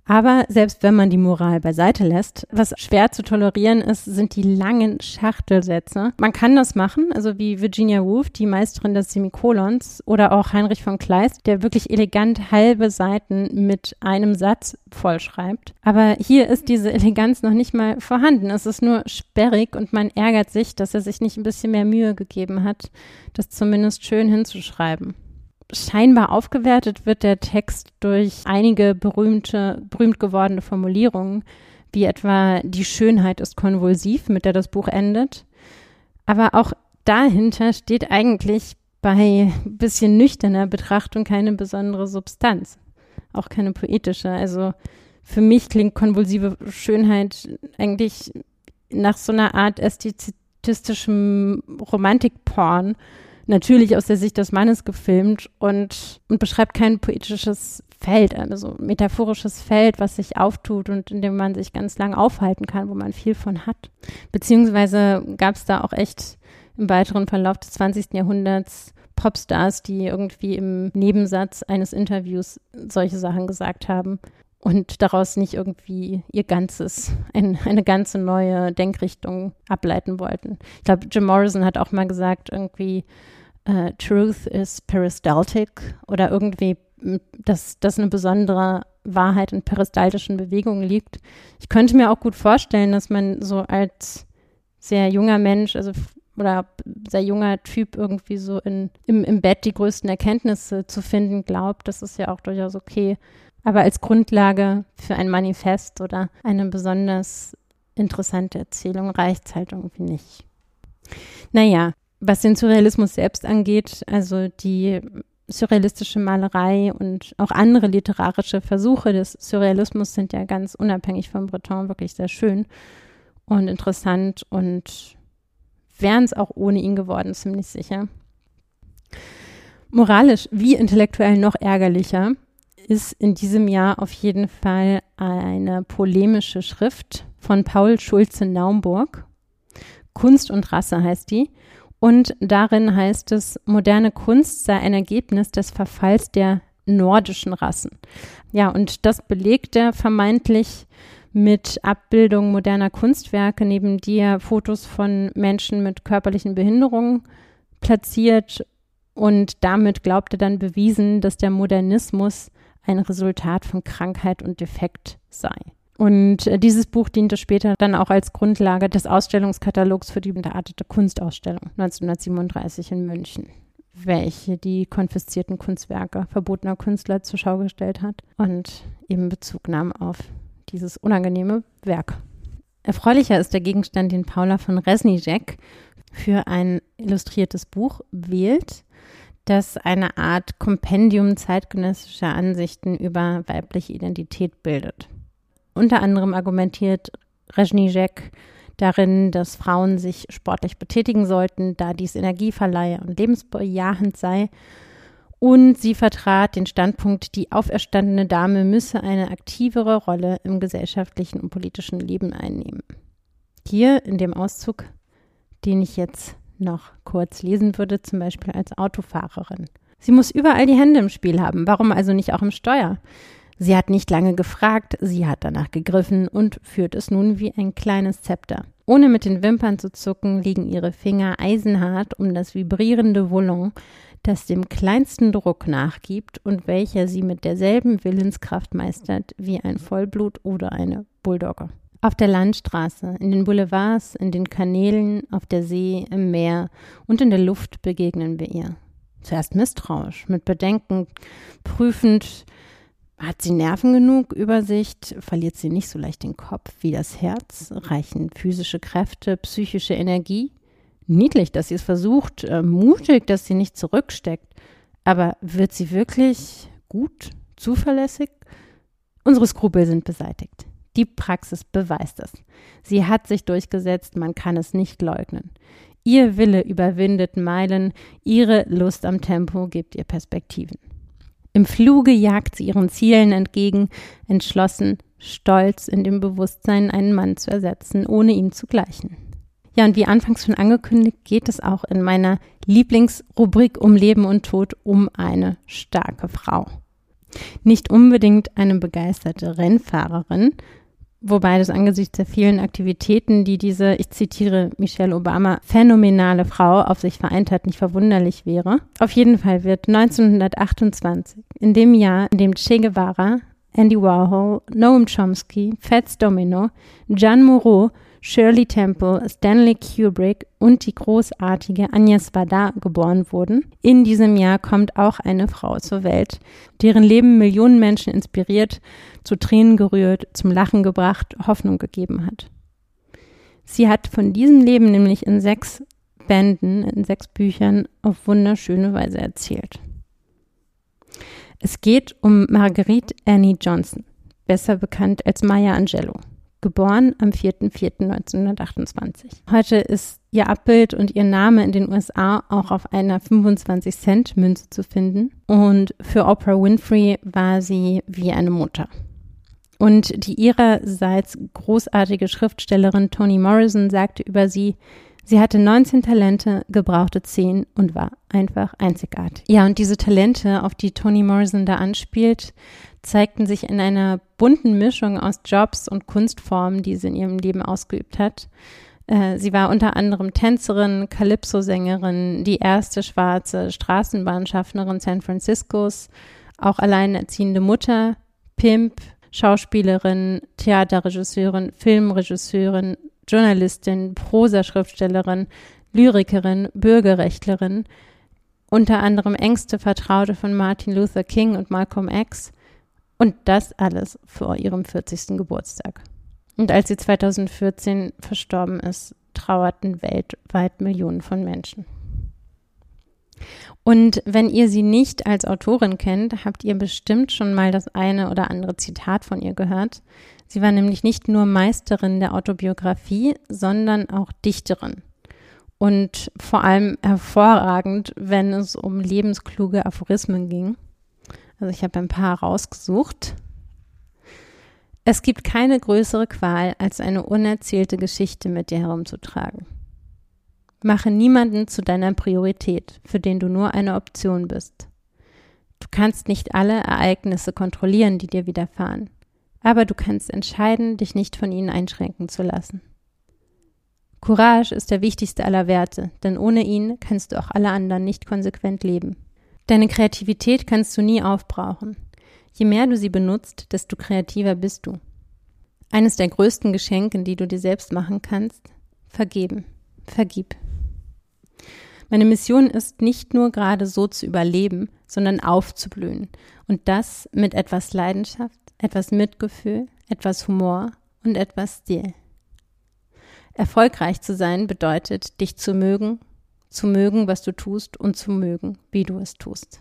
Speaker 7: Aber selbst wenn man die Moral beiseite lässt, was schwer zu tolerieren ist, sind die langen Schachtelsätze. Man kann das machen, also wie Virginia Woolf, die Meisterin des Semikolons, oder auch Heinrich von Kleist, der wirklich elegant halbe Seiten mit einem Satz vollschreibt. Aber hier ist diese Eleganz noch nicht mal vorhanden. Es ist nur sperrig und man ärgert sich, dass er sich nicht ein bisschen mehr Mühe gegeben hat, das zumindest schön hinzuschreiben. Scheinbar aufgewertet wird der Text durch einige berühmte, berühmt gewordene Formulierungen, wie etwa die Schönheit ist konvulsiv, mit der das Buch endet. Aber auch dahinter steht eigentlich bei ein bisschen nüchterner Betrachtung keine besondere Substanz, auch keine poetische. Also für mich klingt konvulsive Schönheit eigentlich nach so einer Art ästhetistischem Romantikporn, natürlich aus der Sicht des Mannes gefilmt und, und beschreibt kein poetisches Feld, also metaphorisches Feld, was sich auftut und in dem man sich ganz lang aufhalten kann, wo man viel von hat. Beziehungsweise gab es da auch echt im weiteren Verlauf des zwanzigsten Jahrhunderts Popstars, die irgendwie im Nebensatz eines Interviews solche Sachen gesagt haben und daraus nicht irgendwie ihr ganzes, ein, eine ganze neue Denkrichtung ableiten wollten. Ich glaube, Jim Morrison hat auch mal gesagt, irgendwie uh, Truth is peristaltic oder irgendwie, dass, dass eine besondere Wahrheit in peristaltischen Bewegungen liegt. Ich könnte mir auch gut vorstellen, dass man so als sehr junger Mensch, also oder sehr junger Typ irgendwie so in, im, im Bett die größten Erkenntnisse zu finden glaubt. Das ist ja auch durchaus okay. Aber als Grundlage für ein Manifest oder eine besonders interessante Erzählung reicht es halt irgendwie nicht. Naja, was den Surrealismus selbst angeht, also die surrealistische Malerei und auch andere literarische Versuche des Surrealismus sind ja ganz unabhängig von Breton wirklich sehr schön und interessant und wären es auch ohne ihn geworden, ziemlich sicher. Moralisch wie intellektuell noch ärgerlicher ist in diesem Jahr auf jeden Fall eine polemische Schrift von Paul Schulze-Naumburg. Kunst und Rasse heißt die. Und darin heißt es, moderne Kunst sei ein Ergebnis des Verfalls der nordischen Rassen. Ja, und das belegt er vermeintlich mit Abbildungen moderner Kunstwerke, neben die er Fotos von Menschen mit körperlichen Behinderungen platziert. Und damit glaubt er dann bewiesen, dass der Modernismus ein Resultat von Krankheit und Defekt sei. Und äh, dieses Buch diente später dann auch als Grundlage des Ausstellungskatalogs für die entartete Kunstausstellung neunzehnhundertsiebenunddreißig in München, welche die konfiszierten Kunstwerke verbotener Künstler zur Schau gestellt hat und eben Bezug nahm auf dieses unangenehme Werk. Erfreulicher ist der Gegenstand, den Paula von Reznicek für ein illustriertes Buch wählt, das eine Art Kompendium zeitgenössischer Ansichten über weibliche Identität bildet. Unter anderem argumentiert Reznicek darin, dass Frauen sich sportlich betätigen sollten, da dies Energie verleihe und lebensbejahend sei. Und sie vertrat den Standpunkt, die auferstandene Dame müsse eine aktivere Rolle im gesellschaftlichen und politischen Leben einnehmen. Hier in dem Auszug, den ich jetzt noch kurz lesen würde, zum Beispiel als Autofahrerin. Sie muss überall die Hände im Spiel haben, warum also nicht auch im Steuer? Sie hat nicht lange gefragt, sie hat danach gegriffen und führt es nun wie ein kleines Zepter. Ohne mit den Wimpern zu zucken, liegen ihre Finger eisenhart um das vibrierende Volant, das dem kleinsten Druck nachgibt und welcher sie mit derselben Willenskraft meistert wie ein Vollblut oder eine Bulldogge. Auf der Landstraße, in den Boulevards, in den Kanälen, auf der See, im Meer und in der Luft begegnen wir ihr. Zuerst misstrauisch, mit Bedenken, prüfend. Hat sie Nerven genug, Übersicht? Verliert sie nicht so leicht den Kopf wie das Herz? Reichen physische Kräfte, psychische Energie? Niedlich, dass sie es versucht, äh, mutig, dass sie nicht zurücksteckt. Aber wird sie wirklich gut, zuverlässig? Unsere Skrupel sind beseitigt. Die Praxis beweist es. Sie hat sich durchgesetzt, man kann es nicht leugnen. Ihr Wille überwindet Meilen, ihre Lust am Tempo gibt ihr Perspektiven. Im Fluge jagt sie ihren Zielen entgegen, entschlossen, stolz in dem Bewusstsein, einen Mann zu ersetzen, ohne ihm zu gleichen. Ja, und wie anfangs schon angekündigt, geht es auch in meiner Lieblingsrubrik um Leben und Tod um eine starke Frau. Nicht unbedingt eine begeisterte Rennfahrerin, wobei das angesichts der vielen Aktivitäten, die diese, ich zitiere Michelle Obama, phänomenale Frau auf sich vereint hat, nicht verwunderlich wäre. Auf jeden Fall wird neunzehnhundertachtundzwanzig, in dem Jahr, in dem Che Guevara, Andy Warhol, Noam Chomsky, Fats Domino, Jan Moreau, Shirley Temple, Stanley Kubrick und die großartige Agnes Varda geboren wurden. In diesem Jahr kommt auch eine Frau zur Welt, deren Leben Millionen Menschen inspiriert, zu Tränen gerührt, zum Lachen gebracht, Hoffnung gegeben hat. Sie hat von diesem Leben nämlich in sechs Bänden, in sechs Büchern auf wunderschöne Weise erzählt. Es geht um Marguerite Annie Johnson, besser bekannt als Maya Angelou. Geboren am vierten vierten neunzehnhundertachtundzwanzig. Heute ist ihr Abbild und ihr Name in den U S A auch auf einer fünfundzwanzig Cent Münze zu finden. Und für Oprah Winfrey war sie wie eine Mutter. Und die ihrerseits großartige Schriftstellerin Toni Morrison sagte über sie, sie hatte neunzehn Talente, gebrauchte zehn und war einfach einzigartig. Ja, und diese Talente, auf die Toni Morrison da anspielt, zeigten sich in einer bunten Mischung aus Jobs und Kunstformen, die sie in ihrem Leben ausgeübt hat. Äh, sie war unter anderem Tänzerin, Calypso-Sängerin, die erste schwarze Straßenbahnschaffnerin San Franciscos, auch alleinerziehende Mutter, Pimp, Schauspielerin, Theaterregisseurin, Filmregisseurin, Journalistin, Prosaschriftstellerin, Lyrikerin, Bürgerrechtlerin, unter anderem engste Vertraute von Martin Luther King und Malcolm X. Und das alles vor ihrem vierzigsten Geburtstag. Und als sie zweitausendvierzehn verstorben ist, trauerten weltweit Millionen von Menschen. Und wenn ihr sie nicht als Autorin kennt, habt ihr bestimmt schon mal das eine oder andere Zitat von ihr gehört. Sie war nämlich nicht nur Meisterin der Autobiografie, sondern auch Dichterin. Und vor allem hervorragend, wenn es um lebenskluge Aphorismen ging. Also ich habe ein paar rausgesucht. Es gibt keine größere Qual, als eine unerzählte Geschichte mit dir herumzutragen. Mache niemanden zu deiner Priorität, für den du nur eine Option bist. Du kannst nicht alle Ereignisse kontrollieren, die dir widerfahren, aber du kannst entscheiden, dich nicht von ihnen einschränken zu lassen. Courage ist der wichtigste aller Werte, denn ohne ihn kannst du auch alle anderen nicht konsequent leben. Deine Kreativität kannst du nie aufbrauchen. Je mehr du sie benutzt, desto kreativer bist du. Eines der größten Geschenke, die du dir selbst machen kannst, vergeben. Vergib. Meine Mission ist nicht nur gerade so zu überleben, sondern aufzublühen. Und das mit etwas Leidenschaft, etwas Mitgefühl, etwas Humor und etwas Stil. Erfolgreich zu sein bedeutet, dich zu mögen, zu mögen, was du tust und zu mögen, wie du es tust.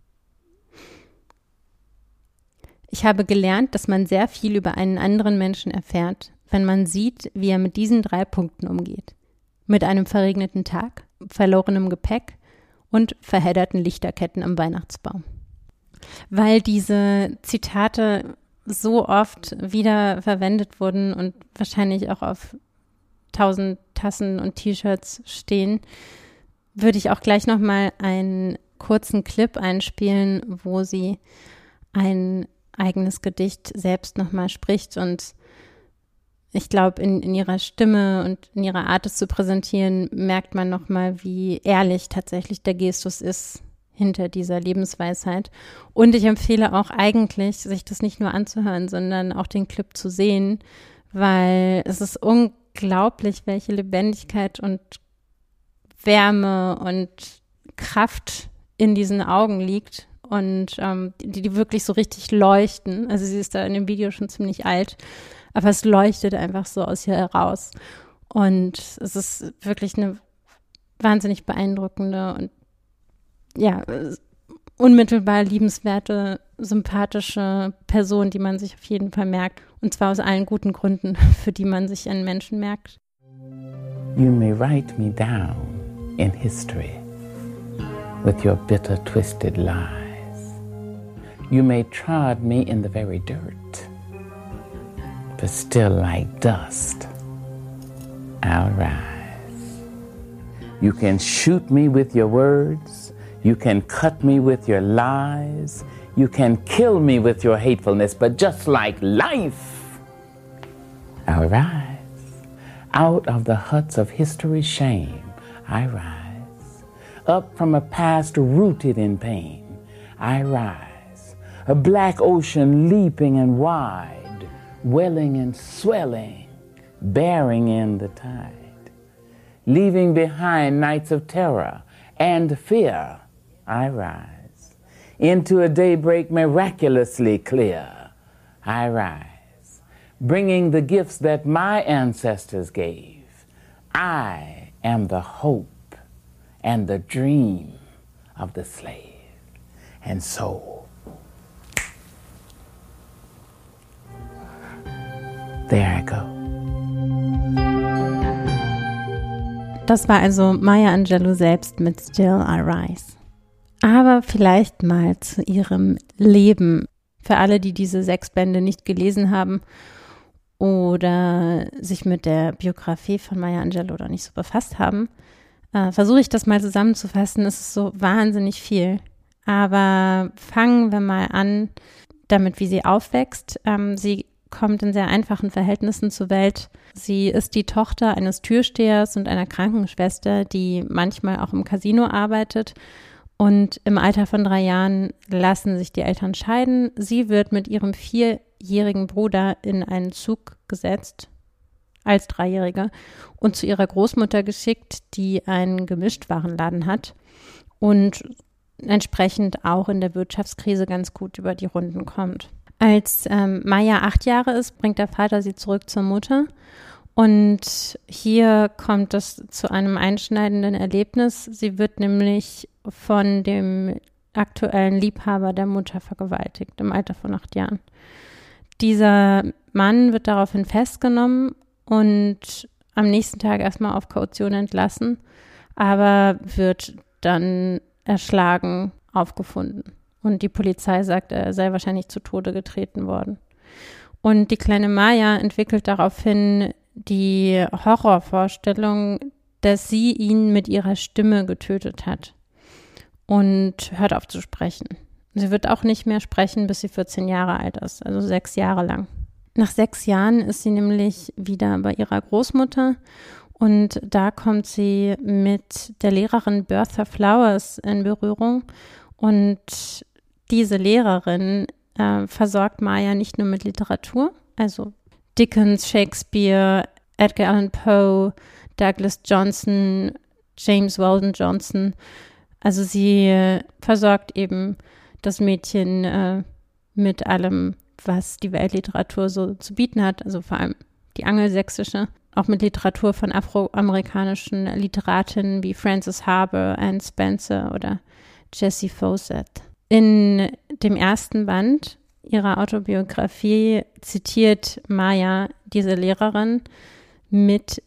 Speaker 7: Ich habe gelernt, dass man sehr viel über einen anderen Menschen erfährt, wenn man sieht, wie er mit diesen drei Punkten umgeht. Mit einem verregneten Tag, verlorenem Gepäck und verhedderten Lichterketten am Weihnachtsbaum. Weil diese Zitate so oft wieder verwendet wurden und wahrscheinlich auch auf tausend Tassen und T-Shirts stehen, würde ich auch gleich nochmal einen kurzen Clip einspielen, wo sie ein eigenes Gedicht selbst nochmal spricht. Und ich glaube, in, in ihrer Stimme und in ihrer Art, es zu präsentieren, merkt man nochmal, wie ehrlich tatsächlich der Gestus ist hinter dieser Lebensweisheit. Und ich empfehle auch eigentlich, sich das nicht nur anzuhören, sondern auch den Clip zu sehen, weil es ist unglaublich, welche Lebendigkeit und Wärme und Kraft in diesen Augen liegt und ähm, die, die wirklich so richtig leuchten. Also sie ist da in dem Video schon ziemlich alt, aber es leuchtet einfach so aus ihr heraus. Und es ist wirklich eine wahnsinnig beeindruckende und ja, unmittelbar liebenswerte, sympathische Person, die man sich auf jeden Fall merkt. Und zwar aus allen guten Gründen, für die man sich einen Menschen merkt.
Speaker 9: You may write me down in history with your bitter, twisted lies. You may trod me in the very dirt, but still like dust I'll rise. You can shoot me with your words, you can cut me with your lies, You can kill me with your hatefulness, but just like life, I rise. Out of the huts of history's shame, I rise. Up from a past rooted in pain, I rise. A black ocean leaping and wide, welling and swelling, bearing in the tide. Leaving behind nights of terror and fear, I rise. Into a daybreak miraculously clear, I rise. Bringing the gifts that my ancestors gave. I am the hope and the dream of the slave. And so, there I go.
Speaker 7: Das war also Maya Angelou selbst mit Still I Rise. Aber vielleicht mal zu ihrem Leben. Für alle, die diese sechs Bände nicht gelesen haben oder sich mit der Biografie von Maya Angelou noch nicht so befasst haben, äh, versuche ich das mal zusammenzufassen. Es ist so wahnsinnig viel. Aber fangen wir mal an damit, wie sie aufwächst. Ähm, sie kommt in sehr einfachen Verhältnissen zur Welt. Sie ist die Tochter eines Türstehers und einer Krankenschwester, die manchmal auch im Casino arbeitet. Und im Alter von drei Jahren lassen sich die Eltern scheiden. Sie wird mit ihrem vierjährigen Bruder in einen Zug gesetzt, als Dreijährige, und zu ihrer Großmutter geschickt, die einen Gemischtwarenladen hat und entsprechend auch in der Wirtschaftskrise ganz gut über die Runden kommt. Als ähm, Maya acht Jahre ist, bringt der Vater sie zurück zur Mutter. Und hier kommt es zu einem einschneidenden Erlebnis. Sie wird nämlich von dem aktuellen Liebhaber der Mutter vergewaltigt, im Alter von acht Jahren. Dieser Mann wird daraufhin festgenommen und am nächsten Tag erstmal auf Kaution entlassen, aber wird dann erschlagen aufgefunden. Und die Polizei sagt, er sei wahrscheinlich zu Tode getreten worden. Und die kleine Maya entwickelt daraufhin die Horrorvorstellung, dass sie ihn mit ihrer Stimme getötet hat und hört auf zu sprechen. Sie wird auch nicht mehr sprechen, bis sie vierzehn Jahre alt ist, also sechs Jahre lang. Nach sechs Jahren ist sie nämlich wieder bei ihrer Großmutter und da kommt sie mit der Lehrerin Bertha Flowers in Berührung und diese Lehrerin äh, versorgt Maya nicht nur mit Literatur, also Dickens, Shakespeare, Edgar Allan Poe, Douglas Johnson, James Weldon Johnson. Also sie äh, versorgt eben das Mädchen äh, mit allem, was die Weltliteratur so zu bieten hat, also vor allem die angelsächsische, auch mit Literatur von afroamerikanischen Literatinnen wie Frances Harper, Anne Spencer oder Jessie Fawcett. In dem ersten Band ihrer Autobiografie zitiert Maya diese Lehrerin mit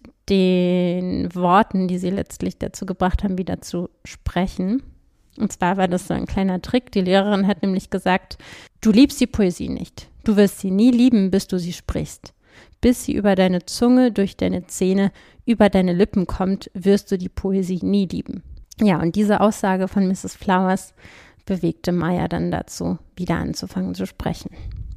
Speaker 7: den Worten, die sie letztlich dazu gebracht haben, wieder zu sprechen. Und zwar war das so ein kleiner Trick. Die Lehrerin hat nämlich gesagt, du liebst die Poesie nicht. Du wirst sie nie lieben, bis du sie sprichst. Bis sie über deine Zunge, durch deine Zähne, über deine Lippen kommt, wirst du die Poesie nie lieben. Ja, und diese Aussage von Misses Flowers bewegte Maya dann dazu, wieder anzufangen zu sprechen.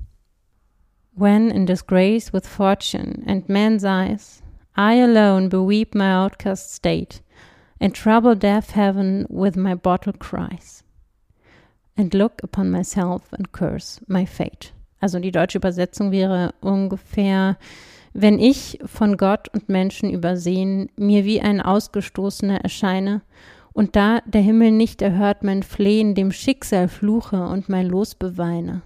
Speaker 7: When in disgrace with fortune and men's eyes, I alone beweep my outcast state, and trouble deaf heaven with my bottled cries, and look upon myself and curse my fate. Also die deutsche Übersetzung wäre ungefähr, wenn ich von Gott und Menschen übersehen, mir wie ein Ausgestoßener erscheine, und da der Himmel nicht erhört mein Flehen, dem Schicksal fluche und mein Los beweine.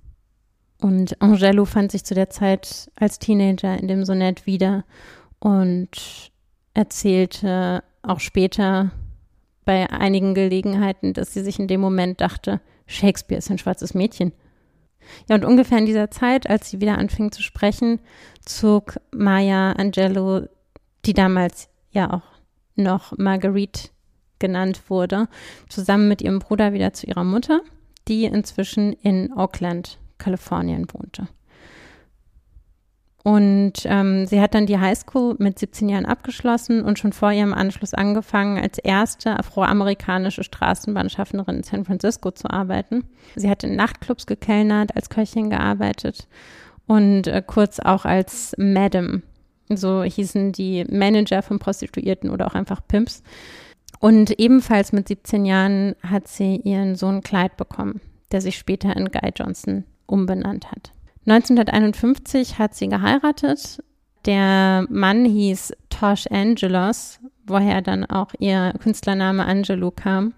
Speaker 7: Und Angelou fand sich zu der Zeit als Teenager in dem Sonett wieder und erzählte auch später bei einigen Gelegenheiten, dass sie sich in dem Moment dachte, Shakespeare ist ein schwarzes Mädchen. Ja, und ungefähr in dieser Zeit, als sie wieder anfing zu sprechen, zog Maya Angelou, die damals ja auch noch Marguerite genannt wurde, zusammen mit ihrem Bruder wieder zu ihrer Mutter, die inzwischen in Oakland, Kalifornien wohnte. Und ähm, sie hat dann die Highschool mit siebzehn Jahren abgeschlossen und schon vor ihrem Anschluss angefangen, als erste afroamerikanische Straßenbahnschaffnerin in San Francisco zu arbeiten. Sie hat in Nachtclubs gekellnert, als Köchin gearbeitet und äh, kurz auch als Madam. So hießen die Manager von Prostituierten oder auch einfach Pimps. Und ebenfalls mit siebzehn Jahren hat sie ihren Sohn Clyde bekommen, der sich später in Guy Johnson umbenannt hat. neunzehnhunderteinundfünfzig hat sie geheiratet. Der Mann hieß Tosh Angelos, woher dann auch ihr Künstlername Angelou kam.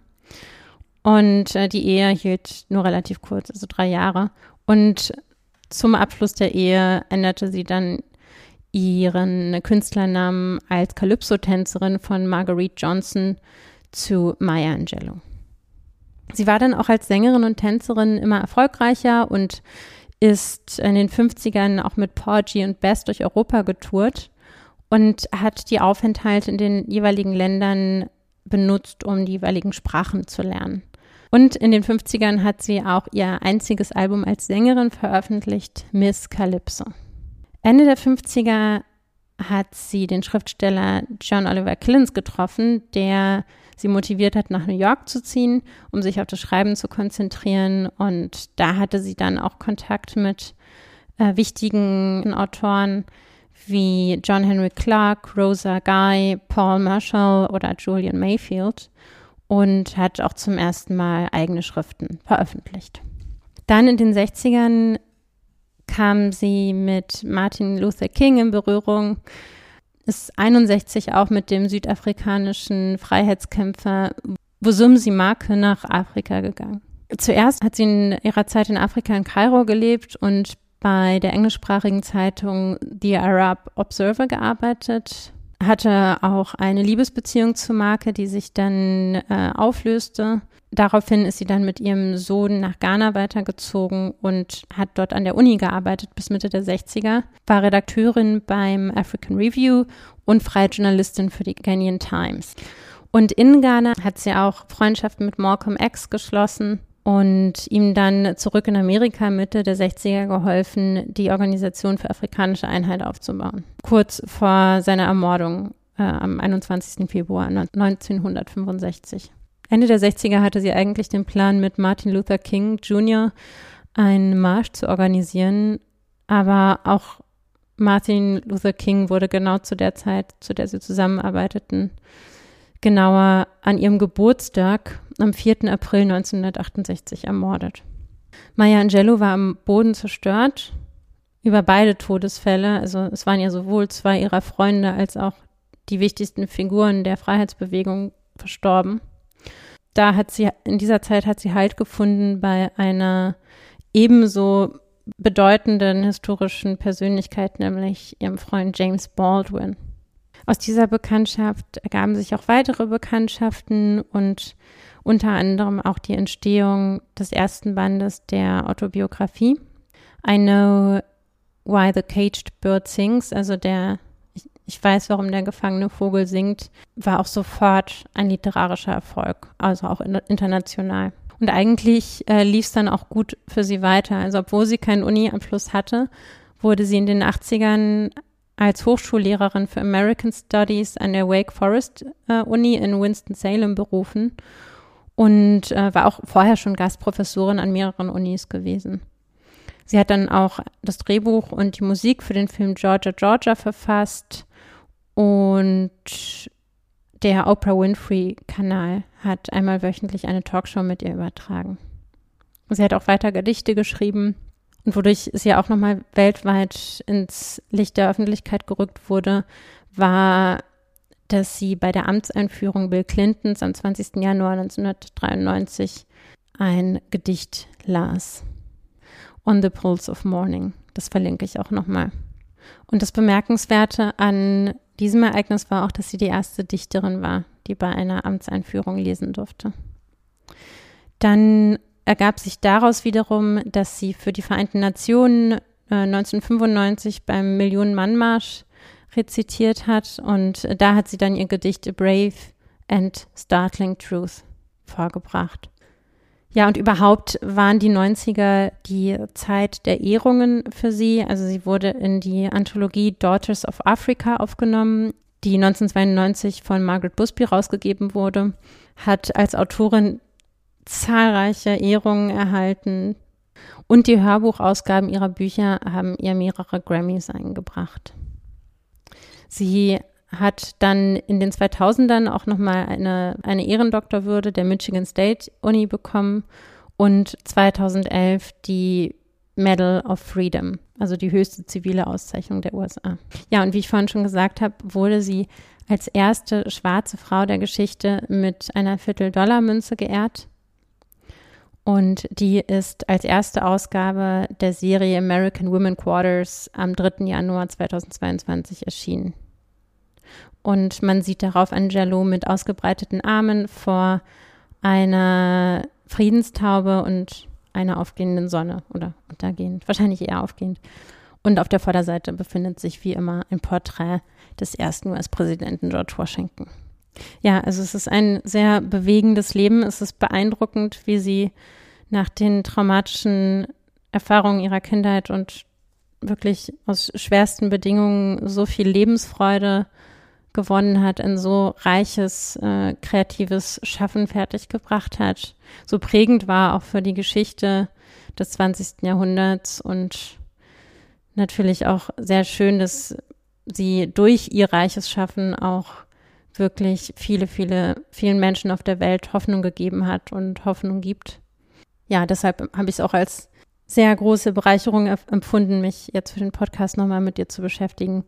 Speaker 7: Und äh, die Ehe hielt nur relativ kurz, also drei Jahre. Und zum Abschluss der Ehe änderte sie dann ihren Künstlernamen als Calypso-Tänzerin von Marguerite Johnson zu Maya Angelou. Sie war dann auch als Sängerin und Tänzerin immer erfolgreicher und ist in den fünfzigern auch mit Porgy und Bess durch Europa getourt und hat die Aufenthalte in den jeweiligen Ländern benutzt, um die jeweiligen Sprachen zu lernen. Und in den fünfzigern hat sie auch ihr einziges Album als Sängerin veröffentlicht, Miss Calypso. Ende der fünfziger hat sie den Schriftsteller John Oliver Collins getroffen, der sie motiviert hat, nach New York zu ziehen, um sich auf das Schreiben zu konzentrieren. Und da hatte sie dann auch Kontakt mit äh, wichtigen Autoren wie John Henry Clark, Rosa Guy, Paul Marshall oder Julian Mayfield und hat auch zum ersten Mal eigene Schriften veröffentlicht. Dann in den sechzigern kam sie mit Martin Luther King in Berührung, ist einundsechzig auch mit dem südafrikanischen Freiheitskämpfer Vusumuzi Maake nach Afrika gegangen. Zuerst hat sie in ihrer Zeit in Afrika in Kairo gelebt und bei der englischsprachigen Zeitung The Arab Observer gearbeitet, hatte auch eine Liebesbeziehung zu Maake, die sich dann äh, auflöste. Daraufhin ist sie dann mit ihrem Sohn nach Ghana weitergezogen und hat dort an der Uni gearbeitet bis Mitte der sechziger, war Redakteurin beim African Review und freie Journalistin für die Ghanaian Times. Und in Ghana hat sie auch Freundschaften mit Malcolm X geschlossen und ihm dann zurück in Amerika Mitte der sechziger geholfen, die Organisation für afrikanische Einheit aufzubauen. Kurz vor seiner Ermordung äh, am einundzwanzigsten Februar neunzehnhundertfünfundsechzig. Ende der sechziger hatte sie eigentlich den Plan, mit Martin Luther King Junior einen Marsch zu organisieren, aber auch Martin Luther King wurde genau zu der Zeit, zu der sie zusammenarbeiteten, genauer an ihrem Geburtstag am vierten April neunzehnhundertachtundsechzig ermordet. Maya Angelou war am Boden zerstört über beide Todesfälle, also es waren ja sowohl zwei ihrer Freunde als auch die wichtigsten Figuren der Freiheitsbewegung verstorben. Da hat sie, in dieser Zeit hat sie Halt gefunden bei einer ebenso bedeutenden historischen Persönlichkeit, nämlich ihrem Freund James Baldwin. Aus dieser Bekanntschaft ergaben sich auch weitere Bekanntschaften und unter anderem auch die Entstehung des ersten Bandes der Autobiografie I Know Why the Caged Bird Sings, also der Ich weiß, warum der gefangene Vogel singt, war auch sofort ein literarischer Erfolg, also auch international. Und eigentlich äh, lief es dann auch gut für sie weiter. Also obwohl sie keinen Uni-Abschluss hatte, wurde sie in den achtzigern als Hochschullehrerin für American Studies an der Wake Forest äh, Uni in Winston-Salem berufen und äh, war auch vorher schon Gastprofessorin an mehreren Unis gewesen. Sie hat dann auch das Drehbuch und die Musik für den Film Georgia, Georgia verfasst. Und der Oprah Winfrey-Kanal hat einmal wöchentlich eine Talkshow mit ihr übertragen. Sie hat auch weiter Gedichte geschrieben und wodurch sie auch nochmal weltweit ins Licht der Öffentlichkeit gerückt wurde, war, dass sie bei der Amtseinführung Bill Clintons am zwanzigsten Januar neunzehnhundertdreiundneunzig ein Gedicht las. On the Pulse of Morning. Das verlinke ich auch nochmal. Und das Bemerkenswerte an diesem Ereignis war auch, dass sie die erste Dichterin war, die bei einer Amtseinführung lesen durfte. Dann ergab sich daraus wiederum, dass sie für die Vereinten Nationen äh, neunzehnhundertfünfundneunzig beim Millionen-Mann-Marsch rezitiert hat und da hat sie dann ihr Gedicht A Brave and Startling Truth vorgebracht. Ja, und überhaupt waren die neunziger die Zeit der Ehrungen für sie. Also sie wurde in die Anthologie Daughters of Africa aufgenommen, die neunzehnhundertzweiundneunzig von Margaret Busby rausgegeben wurde, hat als Autorin zahlreiche Ehrungen erhalten und die Hörbuchausgaben ihrer Bücher haben ihr mehrere Grammys eingebracht. Sie hat dann in den zweitausendern auch nochmal eine, eine Ehrendoktorwürde der Michigan State Uni bekommen und zweitausendelf die Medal of Freedom, also die höchste zivile Auszeichnung der U S A. Ja, und wie ich vorhin schon gesagt habe, wurde sie als erste schwarze Frau der Geschichte mit einer Viertel-Dollar-Münze geehrt. Und die ist als erste Ausgabe der Serie American Women Quarters am dritten Januar zweitausendzweiundzwanzig erschienen. Und man sieht darauf Angelo mit ausgebreiteten Armen vor einer Friedenstaube und einer aufgehenden Sonne oder untergehend, wahrscheinlich eher aufgehend. Und auf der Vorderseite befindet sich wie immer ein Porträt des ersten U S-Präsidenten George Washington. Ja, also es ist ein sehr bewegendes Leben. Es ist beeindruckend, wie sie nach den traumatischen Erfahrungen ihrer Kindheit und wirklich aus schwersten Bedingungen so viel Lebensfreude gewonnen hat, ein so reiches, äh, kreatives Schaffen fertiggebracht hat, so prägend war auch für die Geschichte des zwanzigsten Jahrhunderts und natürlich auch sehr schön, dass sie durch ihr reiches Schaffen auch wirklich viele, viele, vielen Menschen auf der Welt Hoffnung gegeben hat und Hoffnung gibt. Ja, deshalb habe ich es auch als sehr große Bereicherung empfunden, mich jetzt für den Podcast nochmal mit dir zu beschäftigen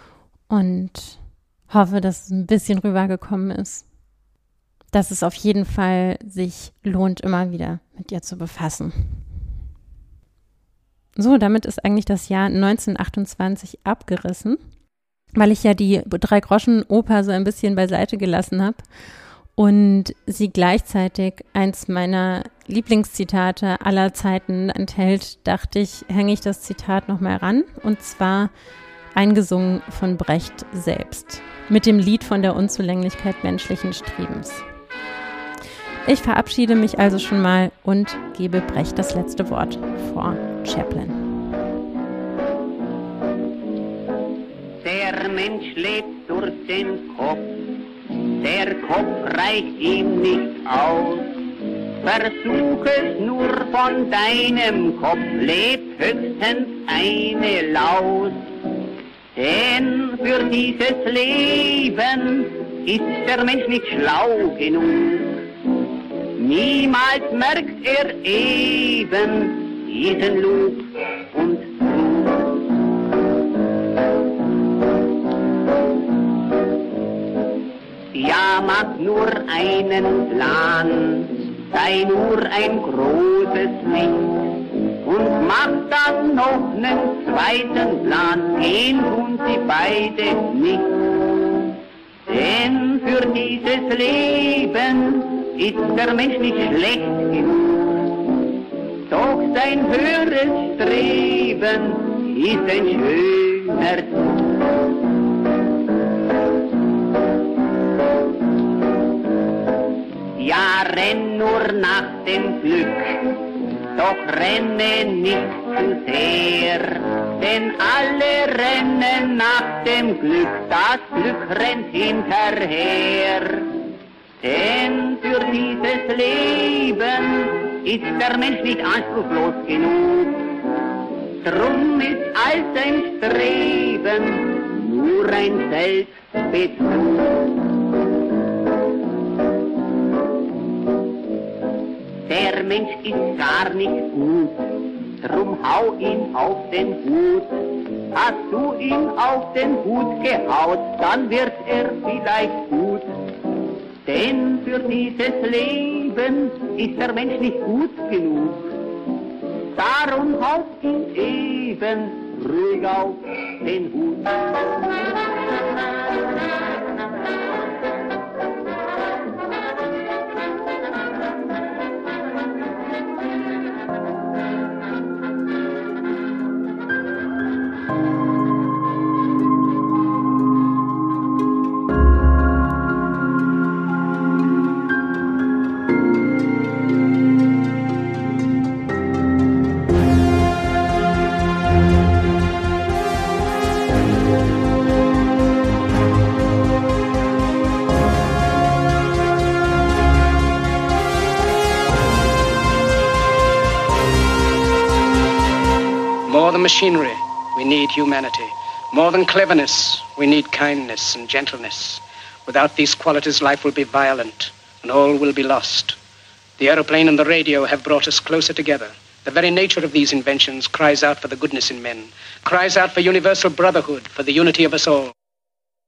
Speaker 7: und hoffe, dass es ein bisschen rübergekommen ist, dass es auf jeden Fall sich lohnt, immer wieder mit ihr zu befassen. So, damit ist eigentlich das Jahr neunzehnhundertachtundzwanzig abgerissen, weil ich ja die Drei-Groschen-Oper so ein bisschen beiseite gelassen habe und sie gleichzeitig eins meiner Lieblingszitate aller Zeiten enthält, dachte ich, hänge ich das Zitat nochmal ran, und zwar eingesungen von Brecht selbst, mit dem Lied von der Unzulänglichkeit menschlichen Strebens. Ich verabschiede mich also schon mal und gebe Brecht das letzte Wort vor Chaplin.
Speaker 10: Der Mensch lebt durch den Kopf, der Kopf reicht ihm nicht aus. Versuch es nur von deinem Kopf, lebt höchstens eine Laus. Denn für dieses Leben ist der Mensch nicht schlau genug. Niemals merkt er eben diesen Lug und Trug. Ja, mach nur einen Plan, sei nur ein großes Licht und mach dann noch einen zweiten Plan, gehen tun sie beide nicht. Denn für dieses Leben ist der Mensch nicht schlecht genug, doch sein höheres Streben ist ein schöner Zug. Ja, renn nur nach dem Glück, doch renne nicht zu sehr, denn alle rennen nach dem Glück, das Glück rennt hinterher. Denn für dieses Leben ist der Mensch nicht anspruchslos genug, drum ist all sein Streben nur ein Selbstbetrug. Der Mensch ist gar nicht gut, drum hau ihn auf den Hut. Hast du ihn auf den Hut gehaut, dann wird er vielleicht gut. Denn für dieses Leben ist der Mensch nicht gut genug. Darum haut ihn eben ruhig auf den Hut.
Speaker 11: than machinery, we need humanity. More than cleverness, we need kindness and gentleness. Without these qualities, life will be violent, and all will be lost. The aeroplane and the radio have brought us closer together. The very nature of these inventions cries out for the goodness in men, cries out for universal brotherhood, for the unity of us all.